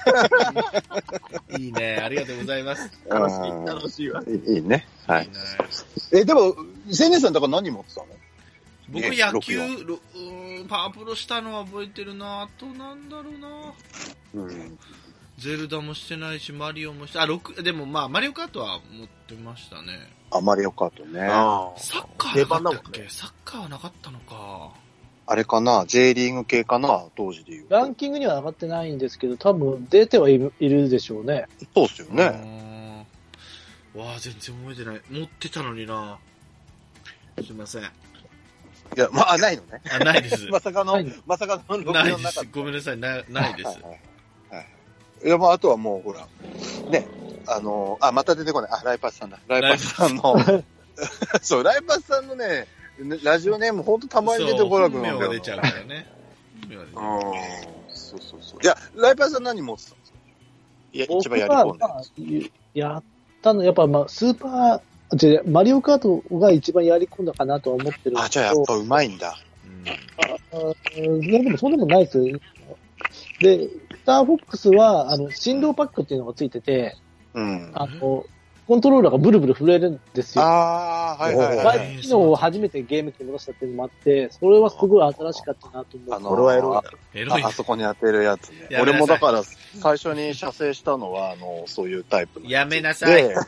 [SPEAKER 2] いいね。ありがとうございます。
[SPEAKER 5] 楽しい、楽しいわ。
[SPEAKER 3] いいいいね。はい
[SPEAKER 2] い。ね
[SPEAKER 3] え、でも、青年さんだから何持ってたの
[SPEAKER 2] 僕
[SPEAKER 3] ね
[SPEAKER 2] 野球、
[SPEAKER 3] ろくよん
[SPEAKER 2] ろうーんパワープロしたのは覚えてるな。あとなんだろうな。
[SPEAKER 3] うん。
[SPEAKER 2] ゼルダもしてないし、マリオもして、あ、ろく、でもまあ、マリオカートは持ってましたね。
[SPEAKER 3] あ、マリオカートね。
[SPEAKER 5] ああ。
[SPEAKER 2] サッカーなかったっけ、
[SPEAKER 5] 定番だもんね
[SPEAKER 2] サッカーはなかったのか。
[SPEAKER 3] あれかな ?J リーグ系かな当時で言うと。
[SPEAKER 4] ランキングには上がってないんですけど、多分出てはいるいるでしょうね。
[SPEAKER 3] そうっすよね。
[SPEAKER 2] ね。わあ、全然覚えてない。持ってたのにな。すいません。
[SPEAKER 3] いや、まあ、ないのね。
[SPEAKER 2] あ、ないです。
[SPEAKER 3] まさかの、
[SPEAKER 4] はい
[SPEAKER 3] まさかのろくよん
[SPEAKER 2] ないで
[SPEAKER 3] なかった
[SPEAKER 2] す。ごめんなさい、なないです。
[SPEAKER 3] はいはいはいいや、まあ、あとはもう、ほら、ね、あの、あ、また出てこない。あ、ライパスさんだ。ライパスさんの、そう、ライパスさんのね、ラジオネームほんとたまに出てこなくなるんだよな。
[SPEAKER 2] そう本名が出ちゃうからね。本名が出ちゃう
[SPEAKER 3] うん。そうそうそう。いや、ライパスさん何持ってたんですかいや、一番やり込んでるんです
[SPEAKER 4] 僕はまあやったの、やっぱまあ、スーパー、じゃマリオカートが一番やり込んだかなとは思ってるんです
[SPEAKER 3] あ、
[SPEAKER 4] け
[SPEAKER 3] じゃあやっ
[SPEAKER 4] ど、
[SPEAKER 3] ぱうまいんだ。
[SPEAKER 2] うん
[SPEAKER 4] あいやでもそうでもないですよ。で、スターフォックスは、あの、振動パックっていうのがついてて、
[SPEAKER 3] うん。
[SPEAKER 4] あの、コントローラーがブルブル震えるんですよ。
[SPEAKER 3] ああ、はいはい
[SPEAKER 4] バ
[SPEAKER 3] はい。
[SPEAKER 4] イク機能を初めてゲーム機に戻したっていうのもあって、それはすごい新しかったなと思う。
[SPEAKER 3] あの
[SPEAKER 5] これはエロいな。
[SPEAKER 2] エロい
[SPEAKER 3] ああそこに当てるやつね。
[SPEAKER 2] やめなさい
[SPEAKER 3] 俺もだから、最初に射精したのは、あの、そういうタイプの
[SPEAKER 2] やめなさい。
[SPEAKER 3] で、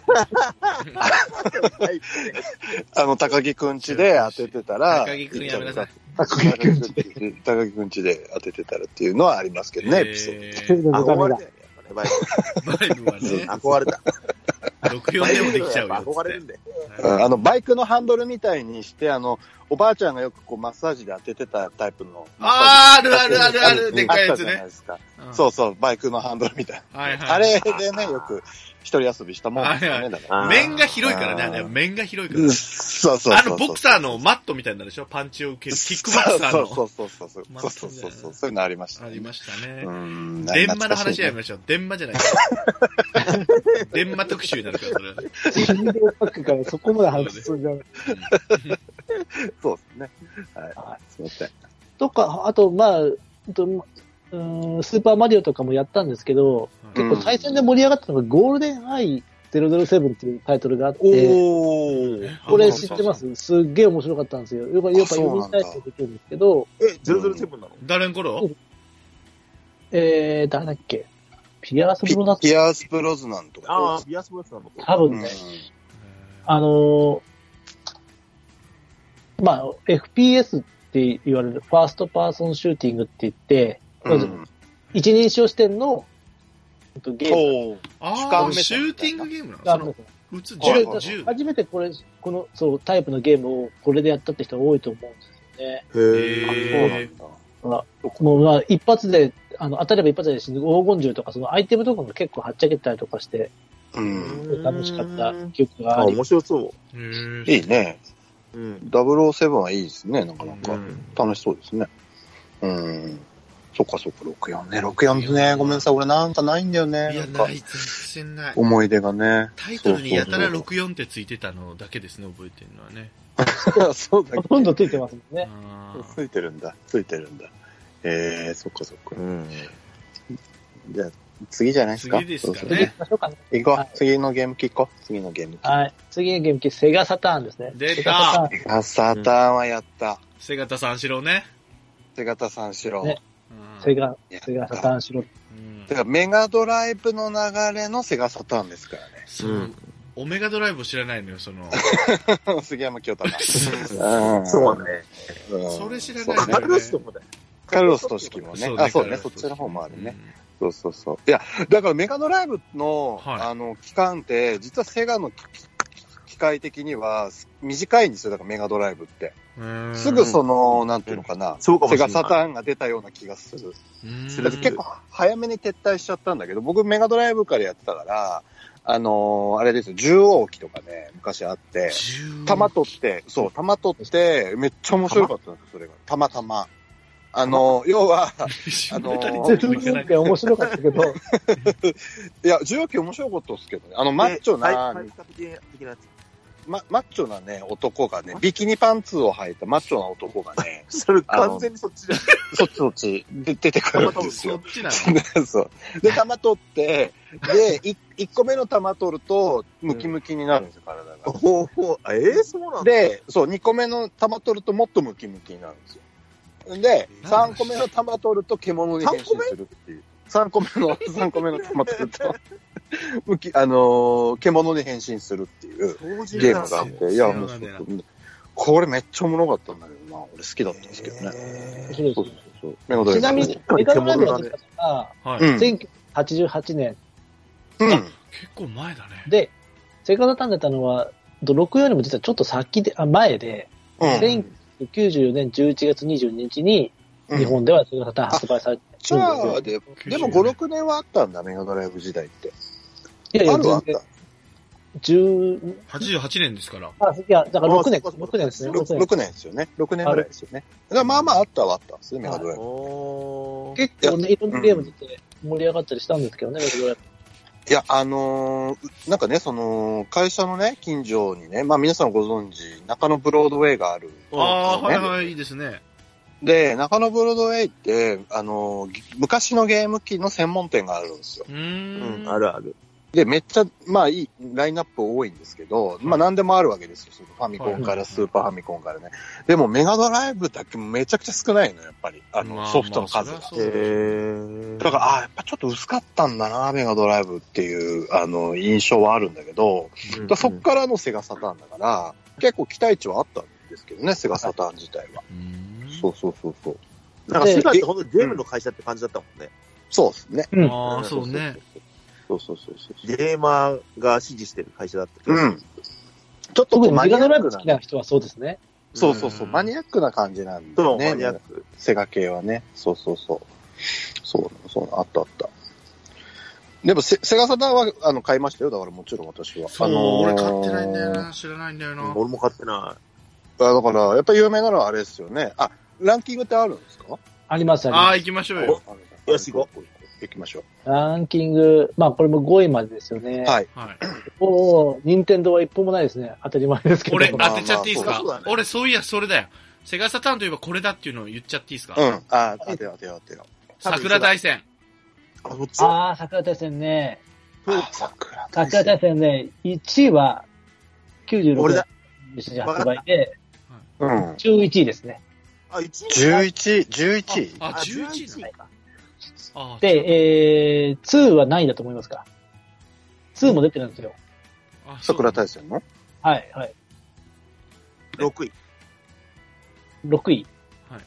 [SPEAKER 3] あの、高木くんちで当ててたら、
[SPEAKER 2] 高木くんやめなさい。
[SPEAKER 3] 高木くんちで、高木くんちで当ててたらっていうのはありますけどね、エピソード。
[SPEAKER 2] えー
[SPEAKER 4] ダメだ
[SPEAKER 5] 憧れたよね、やっぱね、バイ
[SPEAKER 2] バイブはね、
[SPEAKER 5] ク。憧れた。
[SPEAKER 2] ろくじゅうよんでもできちゃうよっつって。
[SPEAKER 5] 憧れるんで。
[SPEAKER 3] うんあの、バイクのハンドルみたいにして、あの、おばあちゃんがよくこうマッサージで当ててたタイプの。
[SPEAKER 2] あーあるあるあるあるでっかいやつね
[SPEAKER 3] あったじゃないですか。
[SPEAKER 2] うん
[SPEAKER 3] そうそう、バイクのハンドルみたいな。
[SPEAKER 2] はいはい。
[SPEAKER 3] あれでね、よく一人遊びしたもんですよね、だから。
[SPEAKER 5] あー
[SPEAKER 2] 面が広いからね、
[SPEAKER 3] あー
[SPEAKER 2] あれ面が広いか
[SPEAKER 3] うん
[SPEAKER 2] ら。
[SPEAKER 3] そうそうそう。
[SPEAKER 2] あの、ボクサーのマットみたいになるでしょパンチを受ける。キックボクサーの。
[SPEAKER 3] そうそうそうそう。
[SPEAKER 2] マット
[SPEAKER 3] そうそう
[SPEAKER 2] みたいうな
[SPEAKER 3] そそう。そういうのありました
[SPEAKER 2] ありましたね
[SPEAKER 3] う。ん。
[SPEAKER 2] 電話の話やめ
[SPEAKER 3] ま
[SPEAKER 2] ましょう。電話じゃない。電話特集になるから、それは。
[SPEAKER 4] 振動パックからそこまで話すんじゃない。
[SPEAKER 3] そうですね。はい。
[SPEAKER 4] は
[SPEAKER 3] すいません。
[SPEAKER 4] とか、あと、まあ、うーんスーパーマリオとかもやったんですけど、
[SPEAKER 3] うん
[SPEAKER 4] 結構対戦で盛り上がったのがゴールデンアイゼロゼロセブンっていうタイトルがあって、
[SPEAKER 3] おー。
[SPEAKER 4] これ知ってますすっげえ面白かったんですよ。やっぱ、やっぱ読みたいってできるんですけど、
[SPEAKER 5] え、ゼロゼロセブンなの
[SPEAKER 2] 誰の頃
[SPEAKER 4] えー、誰だっけピアースブロだった
[SPEAKER 3] ピアースプロズなんとか。
[SPEAKER 5] ああ、ビアスボイスなの
[SPEAKER 3] うん
[SPEAKER 4] 多分ね、あのーまあ、エフピーエス って言われるファーストパーソンシューティングって言って、
[SPEAKER 3] うん。
[SPEAKER 4] 一人称視点のえっとゲーム
[SPEAKER 3] そう。
[SPEAKER 2] ああ、
[SPEAKER 3] 主観目線
[SPEAKER 2] シューティングゲームなの
[SPEAKER 4] が
[SPEAKER 2] その、撃つ
[SPEAKER 3] はい
[SPEAKER 2] 銃、銃。
[SPEAKER 4] 初めてこれ、この、そう、タイプのゲームをこれでやったって人が多いと思うんですよね。
[SPEAKER 5] へ
[SPEAKER 2] へ
[SPEAKER 3] そうなんだ。
[SPEAKER 4] もう、まあ、一発で、あの、当たれば一発で死ぬ黄金銃とか、そのアイテムとかも結構はっちゃけたりとかして、
[SPEAKER 3] うん。
[SPEAKER 4] 楽しかった記憶が
[SPEAKER 5] あ、
[SPEAKER 4] あり、
[SPEAKER 5] 面白そ
[SPEAKER 2] ー
[SPEAKER 3] いいね。
[SPEAKER 5] う。うん。
[SPEAKER 3] ダブルオーセブンはいいですね、なかなか。
[SPEAKER 5] うん
[SPEAKER 3] 楽しそうですね。うん。そっかそっか、ろくよんね。ろくよんね。ごめんなさい、俺なんかないんだよね。
[SPEAKER 2] いや、
[SPEAKER 3] なんか
[SPEAKER 2] ない、全然ない。
[SPEAKER 3] 思い出がね。
[SPEAKER 2] タイトルにやたら
[SPEAKER 3] そう
[SPEAKER 2] ろくよんってついてたのだけですね、覚えてるのはね。
[SPEAKER 3] そうそう。そうだ
[SPEAKER 4] ほとんどついてますもんね。
[SPEAKER 2] あー
[SPEAKER 3] ついてるんだ。ついてるんだ。えー、そっかそっか。
[SPEAKER 5] うん。
[SPEAKER 3] じゃあ、次じゃないですか。
[SPEAKER 2] 次ですかね
[SPEAKER 3] そう
[SPEAKER 4] 次行きましょうかね。
[SPEAKER 3] 行こう、
[SPEAKER 4] はい
[SPEAKER 3] 次のゲーム聞こう。次のゲーム聞
[SPEAKER 4] はい。次のゲーム機、セガサターンですね。
[SPEAKER 2] 出た
[SPEAKER 4] セガサターン
[SPEAKER 3] こう。あ、サターンはやった。
[SPEAKER 2] 瀬形三四郎ね。
[SPEAKER 3] 手形三四郎。
[SPEAKER 4] ね
[SPEAKER 2] うん
[SPEAKER 4] セガ、
[SPEAKER 3] やった
[SPEAKER 4] セガサターンしろ。
[SPEAKER 2] うん
[SPEAKER 3] てか、メガドライブの流れのセガサターンですから
[SPEAKER 2] そのオメガドライブを知らないのよ、その。
[SPEAKER 3] ね。杉山清隆。
[SPEAKER 5] そうね。
[SPEAKER 3] うん
[SPEAKER 2] それ知ら
[SPEAKER 5] そう、
[SPEAKER 2] ないんだよね
[SPEAKER 5] カルロスともだよ。
[SPEAKER 3] カルロスとしきもね。あ、そうね。そっちの方もあるね。そうそうそう。いや、だからメガドライブの、
[SPEAKER 2] はい
[SPEAKER 3] あの、期間って、実はセガの機械的には短いんですよ。だからメガドライブって。
[SPEAKER 2] うん。
[SPEAKER 3] すぐその、なんていうのかな。
[SPEAKER 5] そうかもしれない。
[SPEAKER 3] セガサターンが出たような気がする。
[SPEAKER 2] うん
[SPEAKER 3] だって結構早めに撤退しちゃったんだけど、僕メガドライブからやってたから、あのーあれですよ、銃王機とかね、昔あって、弾取って、そう、弾取って、めっちゃ面白かったんですよ、それが。たまたま。あのー要は、あのー
[SPEAKER 4] 全然って面白かったけど、
[SPEAKER 3] いや、銃王機面白かったですけどね、あの、マッチョな、
[SPEAKER 5] 対価的なやつ。
[SPEAKER 3] ま、マッチョなね、男がね、ビキニパンツを履いたマッチョな男がね、
[SPEAKER 5] それ完全にそっちじゃん。
[SPEAKER 3] そっちそっちで出てくるんですよ
[SPEAKER 2] そっ。ちなの
[SPEAKER 3] そう。で、弾取って、で、いいっこめの玉取ると、ムキムキになるんですよ、体が。
[SPEAKER 5] ほうほう、えー、そうなんだ。
[SPEAKER 3] で、そう、にこめの玉取るともっとムキムキになるんですよ。で、さんこめの玉取ると獣に変身するっていう。さんこめの、さんこめの玉取ると、ムキ、あのー、獣に変身するっていうゲームがあって、いや、もうそうそうこれめっちゃおもろかったんだけどな、俺好きだったんですけどね。そうそうそう。メガドライブ。
[SPEAKER 4] ちなみに、メガドライブが出たのが、
[SPEAKER 2] はい。
[SPEAKER 4] せんきゅうひゃくはちじゅうはちねん。
[SPEAKER 3] うん。
[SPEAKER 2] 結構前だね。
[SPEAKER 4] で、セガサターン出たのは、ろくよりも実はちょっと先で、あ、前で、うん、せんきゅうひゃくきゅうじゅうよねんじゅういちがつにじゅうににちに、日本ではセガサターン発売されてるんですよ。
[SPEAKER 3] じゃあ、で、でもご、ろくねんはあったんだ、メガドライブ時代って。
[SPEAKER 4] いやいや、
[SPEAKER 3] あるはあった。
[SPEAKER 4] じゅう、
[SPEAKER 2] はちじゅうはちねんですから。
[SPEAKER 4] あ、いや、だからろくねん、ろくねんですね。
[SPEAKER 3] ろくねんですよね。ろくねんぐらいですよね。だからまあまああったはあったんですね、メガドライブ。
[SPEAKER 4] 結構ね、いろんなゲーム出て盛り上がったりしたんですけどね、メガドライブ。
[SPEAKER 3] いや、あのー、なんかね、その、会社のね、近所にね、まあ皆さんご存知、中野ブロードウェイがある、ね。
[SPEAKER 2] ああ、はいはい、いいですね。
[SPEAKER 3] で、中野ブロードウェイって、あのー、昔のゲーム機の専門店があるんですよ。
[SPEAKER 2] うーん。
[SPEAKER 5] あるある。
[SPEAKER 3] で、めっちゃ、まあいい、ラインナップ多いんですけど、まあ何でもあるわけですよ。ファミコンからスーパーファミコンからね。でもメガドライブだけめちゃくちゃ少ないの、やっぱり。あの、ソフトの数が。
[SPEAKER 5] へ
[SPEAKER 3] だから、あ、やっぱちょっと薄かったんだな、メガドライブっていう、あの、印象はあるんだけど、うんうん、そっからのセガサターンだから、結構期待値はあったんですけどね、セガサターン自体は。そうそうそうそう。
[SPEAKER 5] なんかセガって本当にゲームの会社って感じだったもんね。
[SPEAKER 3] そうですね。
[SPEAKER 2] うん、ああ、そうね。
[SPEAKER 3] そうそうそうそう。
[SPEAKER 5] ゲーマーが支持してる会社だった。
[SPEAKER 3] うん。ちょっと
[SPEAKER 4] マニアックな。メガドライブ好きな人はそうですね。
[SPEAKER 3] そうそうそう。マニアックな感じなんだよね。
[SPEAKER 5] マニアック。
[SPEAKER 3] セガ系はね。そうそうそう。そうそう、あったあった。でもセ、セガサターンは、あの、買いましたよ。だからもちろん私は。
[SPEAKER 2] そう、
[SPEAKER 3] あのー、
[SPEAKER 2] 俺買ってないんだよな。知らないんだよな。
[SPEAKER 5] 俺も買ってない。
[SPEAKER 3] あだから、やっぱり有名なのはあれですよね。あ、ランキングってあるんですか？
[SPEAKER 4] あります、あります。
[SPEAKER 2] ああ、行きましょうよ。
[SPEAKER 5] よし、行こう。
[SPEAKER 3] 行きましょ
[SPEAKER 4] う。ランキング、まあこれもごいまでですよね。
[SPEAKER 3] はい。
[SPEAKER 2] はい。
[SPEAKER 4] おー、任天堂は一歩もないですね。当たり前ですけど。
[SPEAKER 2] 俺当てちゃっていいですか？
[SPEAKER 3] まあまあ
[SPEAKER 2] ね、俺そういや、それだよ。セガサターンといえばこれだっていうのを言っちゃっていいですか？
[SPEAKER 3] うん。あ、当てよう当てよう当てよう。
[SPEAKER 2] 桜大戦。
[SPEAKER 5] あ、そっち？
[SPEAKER 4] あー、桜大戦ね。
[SPEAKER 3] 桜
[SPEAKER 4] 大戦。桜大戦ね、いちいはきゅうじゅうろくねん発売で、
[SPEAKER 3] うん。
[SPEAKER 4] じゅういちいですね。
[SPEAKER 5] あ、いちい？
[SPEAKER 3] じゅういち、じゅういち？
[SPEAKER 2] あ、じゅういちいか。
[SPEAKER 4] で、えー、には何位だと思いますか？にも出てるんですよ。
[SPEAKER 3] 桜大戦の？
[SPEAKER 4] はい、はい。
[SPEAKER 5] ろくい。
[SPEAKER 4] ろくい。
[SPEAKER 2] はい。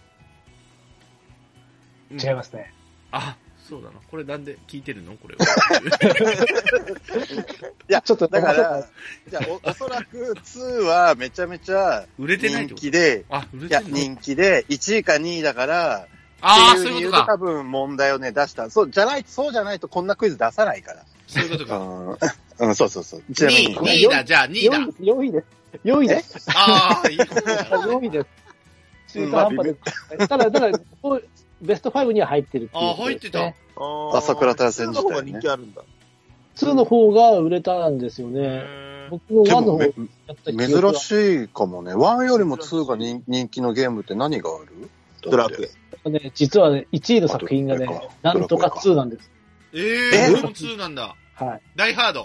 [SPEAKER 4] 違いますね。
[SPEAKER 2] あ、そうだな。これなんで聞いてるのこれは。
[SPEAKER 3] いや、ちょっとだから、じゃあお、おそらくにはめちゃめちゃ
[SPEAKER 2] 売れてない
[SPEAKER 3] 人気で、
[SPEAKER 2] あ、売れ
[SPEAKER 3] てない。いや、人気で、いちいかにいだから、
[SPEAKER 2] ああ、
[SPEAKER 3] そういうことか。多分問題をね、出した。そう、じゃない、そうじゃないとこんなクイズ出さないから。
[SPEAKER 2] そういうことか。
[SPEAKER 3] うん、うん、そうそうそう。
[SPEAKER 2] ちなみに。にいだ、じゃあにいだ。
[SPEAKER 4] よんいです。よんいです。
[SPEAKER 2] ああ、いいことだ。
[SPEAKER 4] よんいです。中途半端です。ただ、ただ、ベストごには入ってるっていう、ね。
[SPEAKER 2] ああ、入ってた。
[SPEAKER 3] あ、桜大戦自体、ね。
[SPEAKER 5] にの方が人気あるんだ。
[SPEAKER 4] にの方が売れたんですよね。僕もいちの方やった
[SPEAKER 3] 記憶は珍しいかもね。いちよりもにが人気のゲームって何がある？
[SPEAKER 5] ドラクエ。
[SPEAKER 4] ね、実はね、いちいの作品がね、なんとかになんです。
[SPEAKER 2] ええー、これもになんだ。
[SPEAKER 4] はい。
[SPEAKER 2] ダイハード。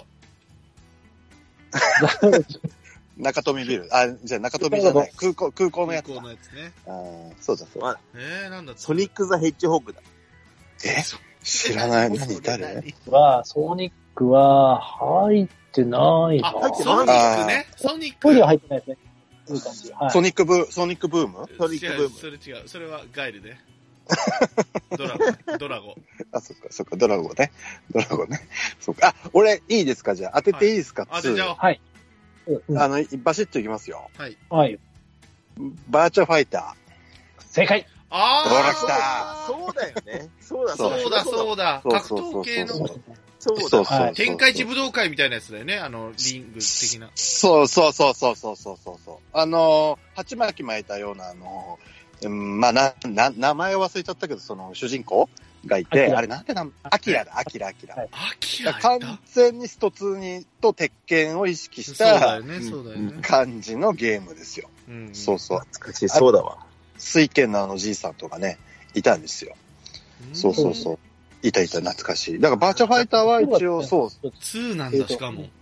[SPEAKER 3] 中富ビル。あ、じゃあ中富じゃない。空港、空港のやつ。
[SPEAKER 2] 空港のやつね。
[SPEAKER 3] ああ、そうだそうだ。
[SPEAKER 2] えー、なんだ
[SPEAKER 5] ソニック・ザ・ヘッジホッグだ。
[SPEAKER 3] え知らない。何誰
[SPEAKER 4] は、ソニックは入ってない
[SPEAKER 2] あ、ソニックね。ソニック。
[SPEAKER 4] これは入ってないですね。
[SPEAKER 3] はい、ソニックブー、ソニックブーム
[SPEAKER 5] ソニックブーム。
[SPEAKER 2] それ違う。それはガイルね。ドラゴ。ドラゴ。
[SPEAKER 3] あ、そっか、そっか、ドラゴね。ドラゴね。そっか。あ、俺、いいですかじゃあ、当てていいですか、
[SPEAKER 2] はい、当てちゃおう。
[SPEAKER 4] はい。
[SPEAKER 3] あの、バシッといきますよ。
[SPEAKER 2] はい。
[SPEAKER 4] はい。
[SPEAKER 3] バーチャファイタ
[SPEAKER 4] ー。正解。
[SPEAKER 2] あ
[SPEAKER 3] あ。ほら、来た。
[SPEAKER 5] そうだよね。そうだ、
[SPEAKER 2] そうだ、そうだ。格闘系の。
[SPEAKER 5] そう
[SPEAKER 3] そうそう。
[SPEAKER 2] 天下一武道会みたいなやつだよね。あの、リング的な。
[SPEAKER 3] そうそうそうそうそうそうそう。あの、鉢巻き巻いたような、あの、うん、まあ、な、な、名前を忘れちゃったけど、その、主人公がいて、あれなんて名前アキラだ、アキラ、アキラ。
[SPEAKER 2] アキラ。
[SPEAKER 3] 完全にストツーにと鉄拳を意識した感じのゲームですよ。そうそう。
[SPEAKER 5] 懐かしい、そうだわ。
[SPEAKER 3] 水拳のあのじいさんとかね、いたんですよ。そうそうそう。 いたいた、懐かしい。だからバーチャファイターは一応そう。
[SPEAKER 2] ツーなんだ、しかも。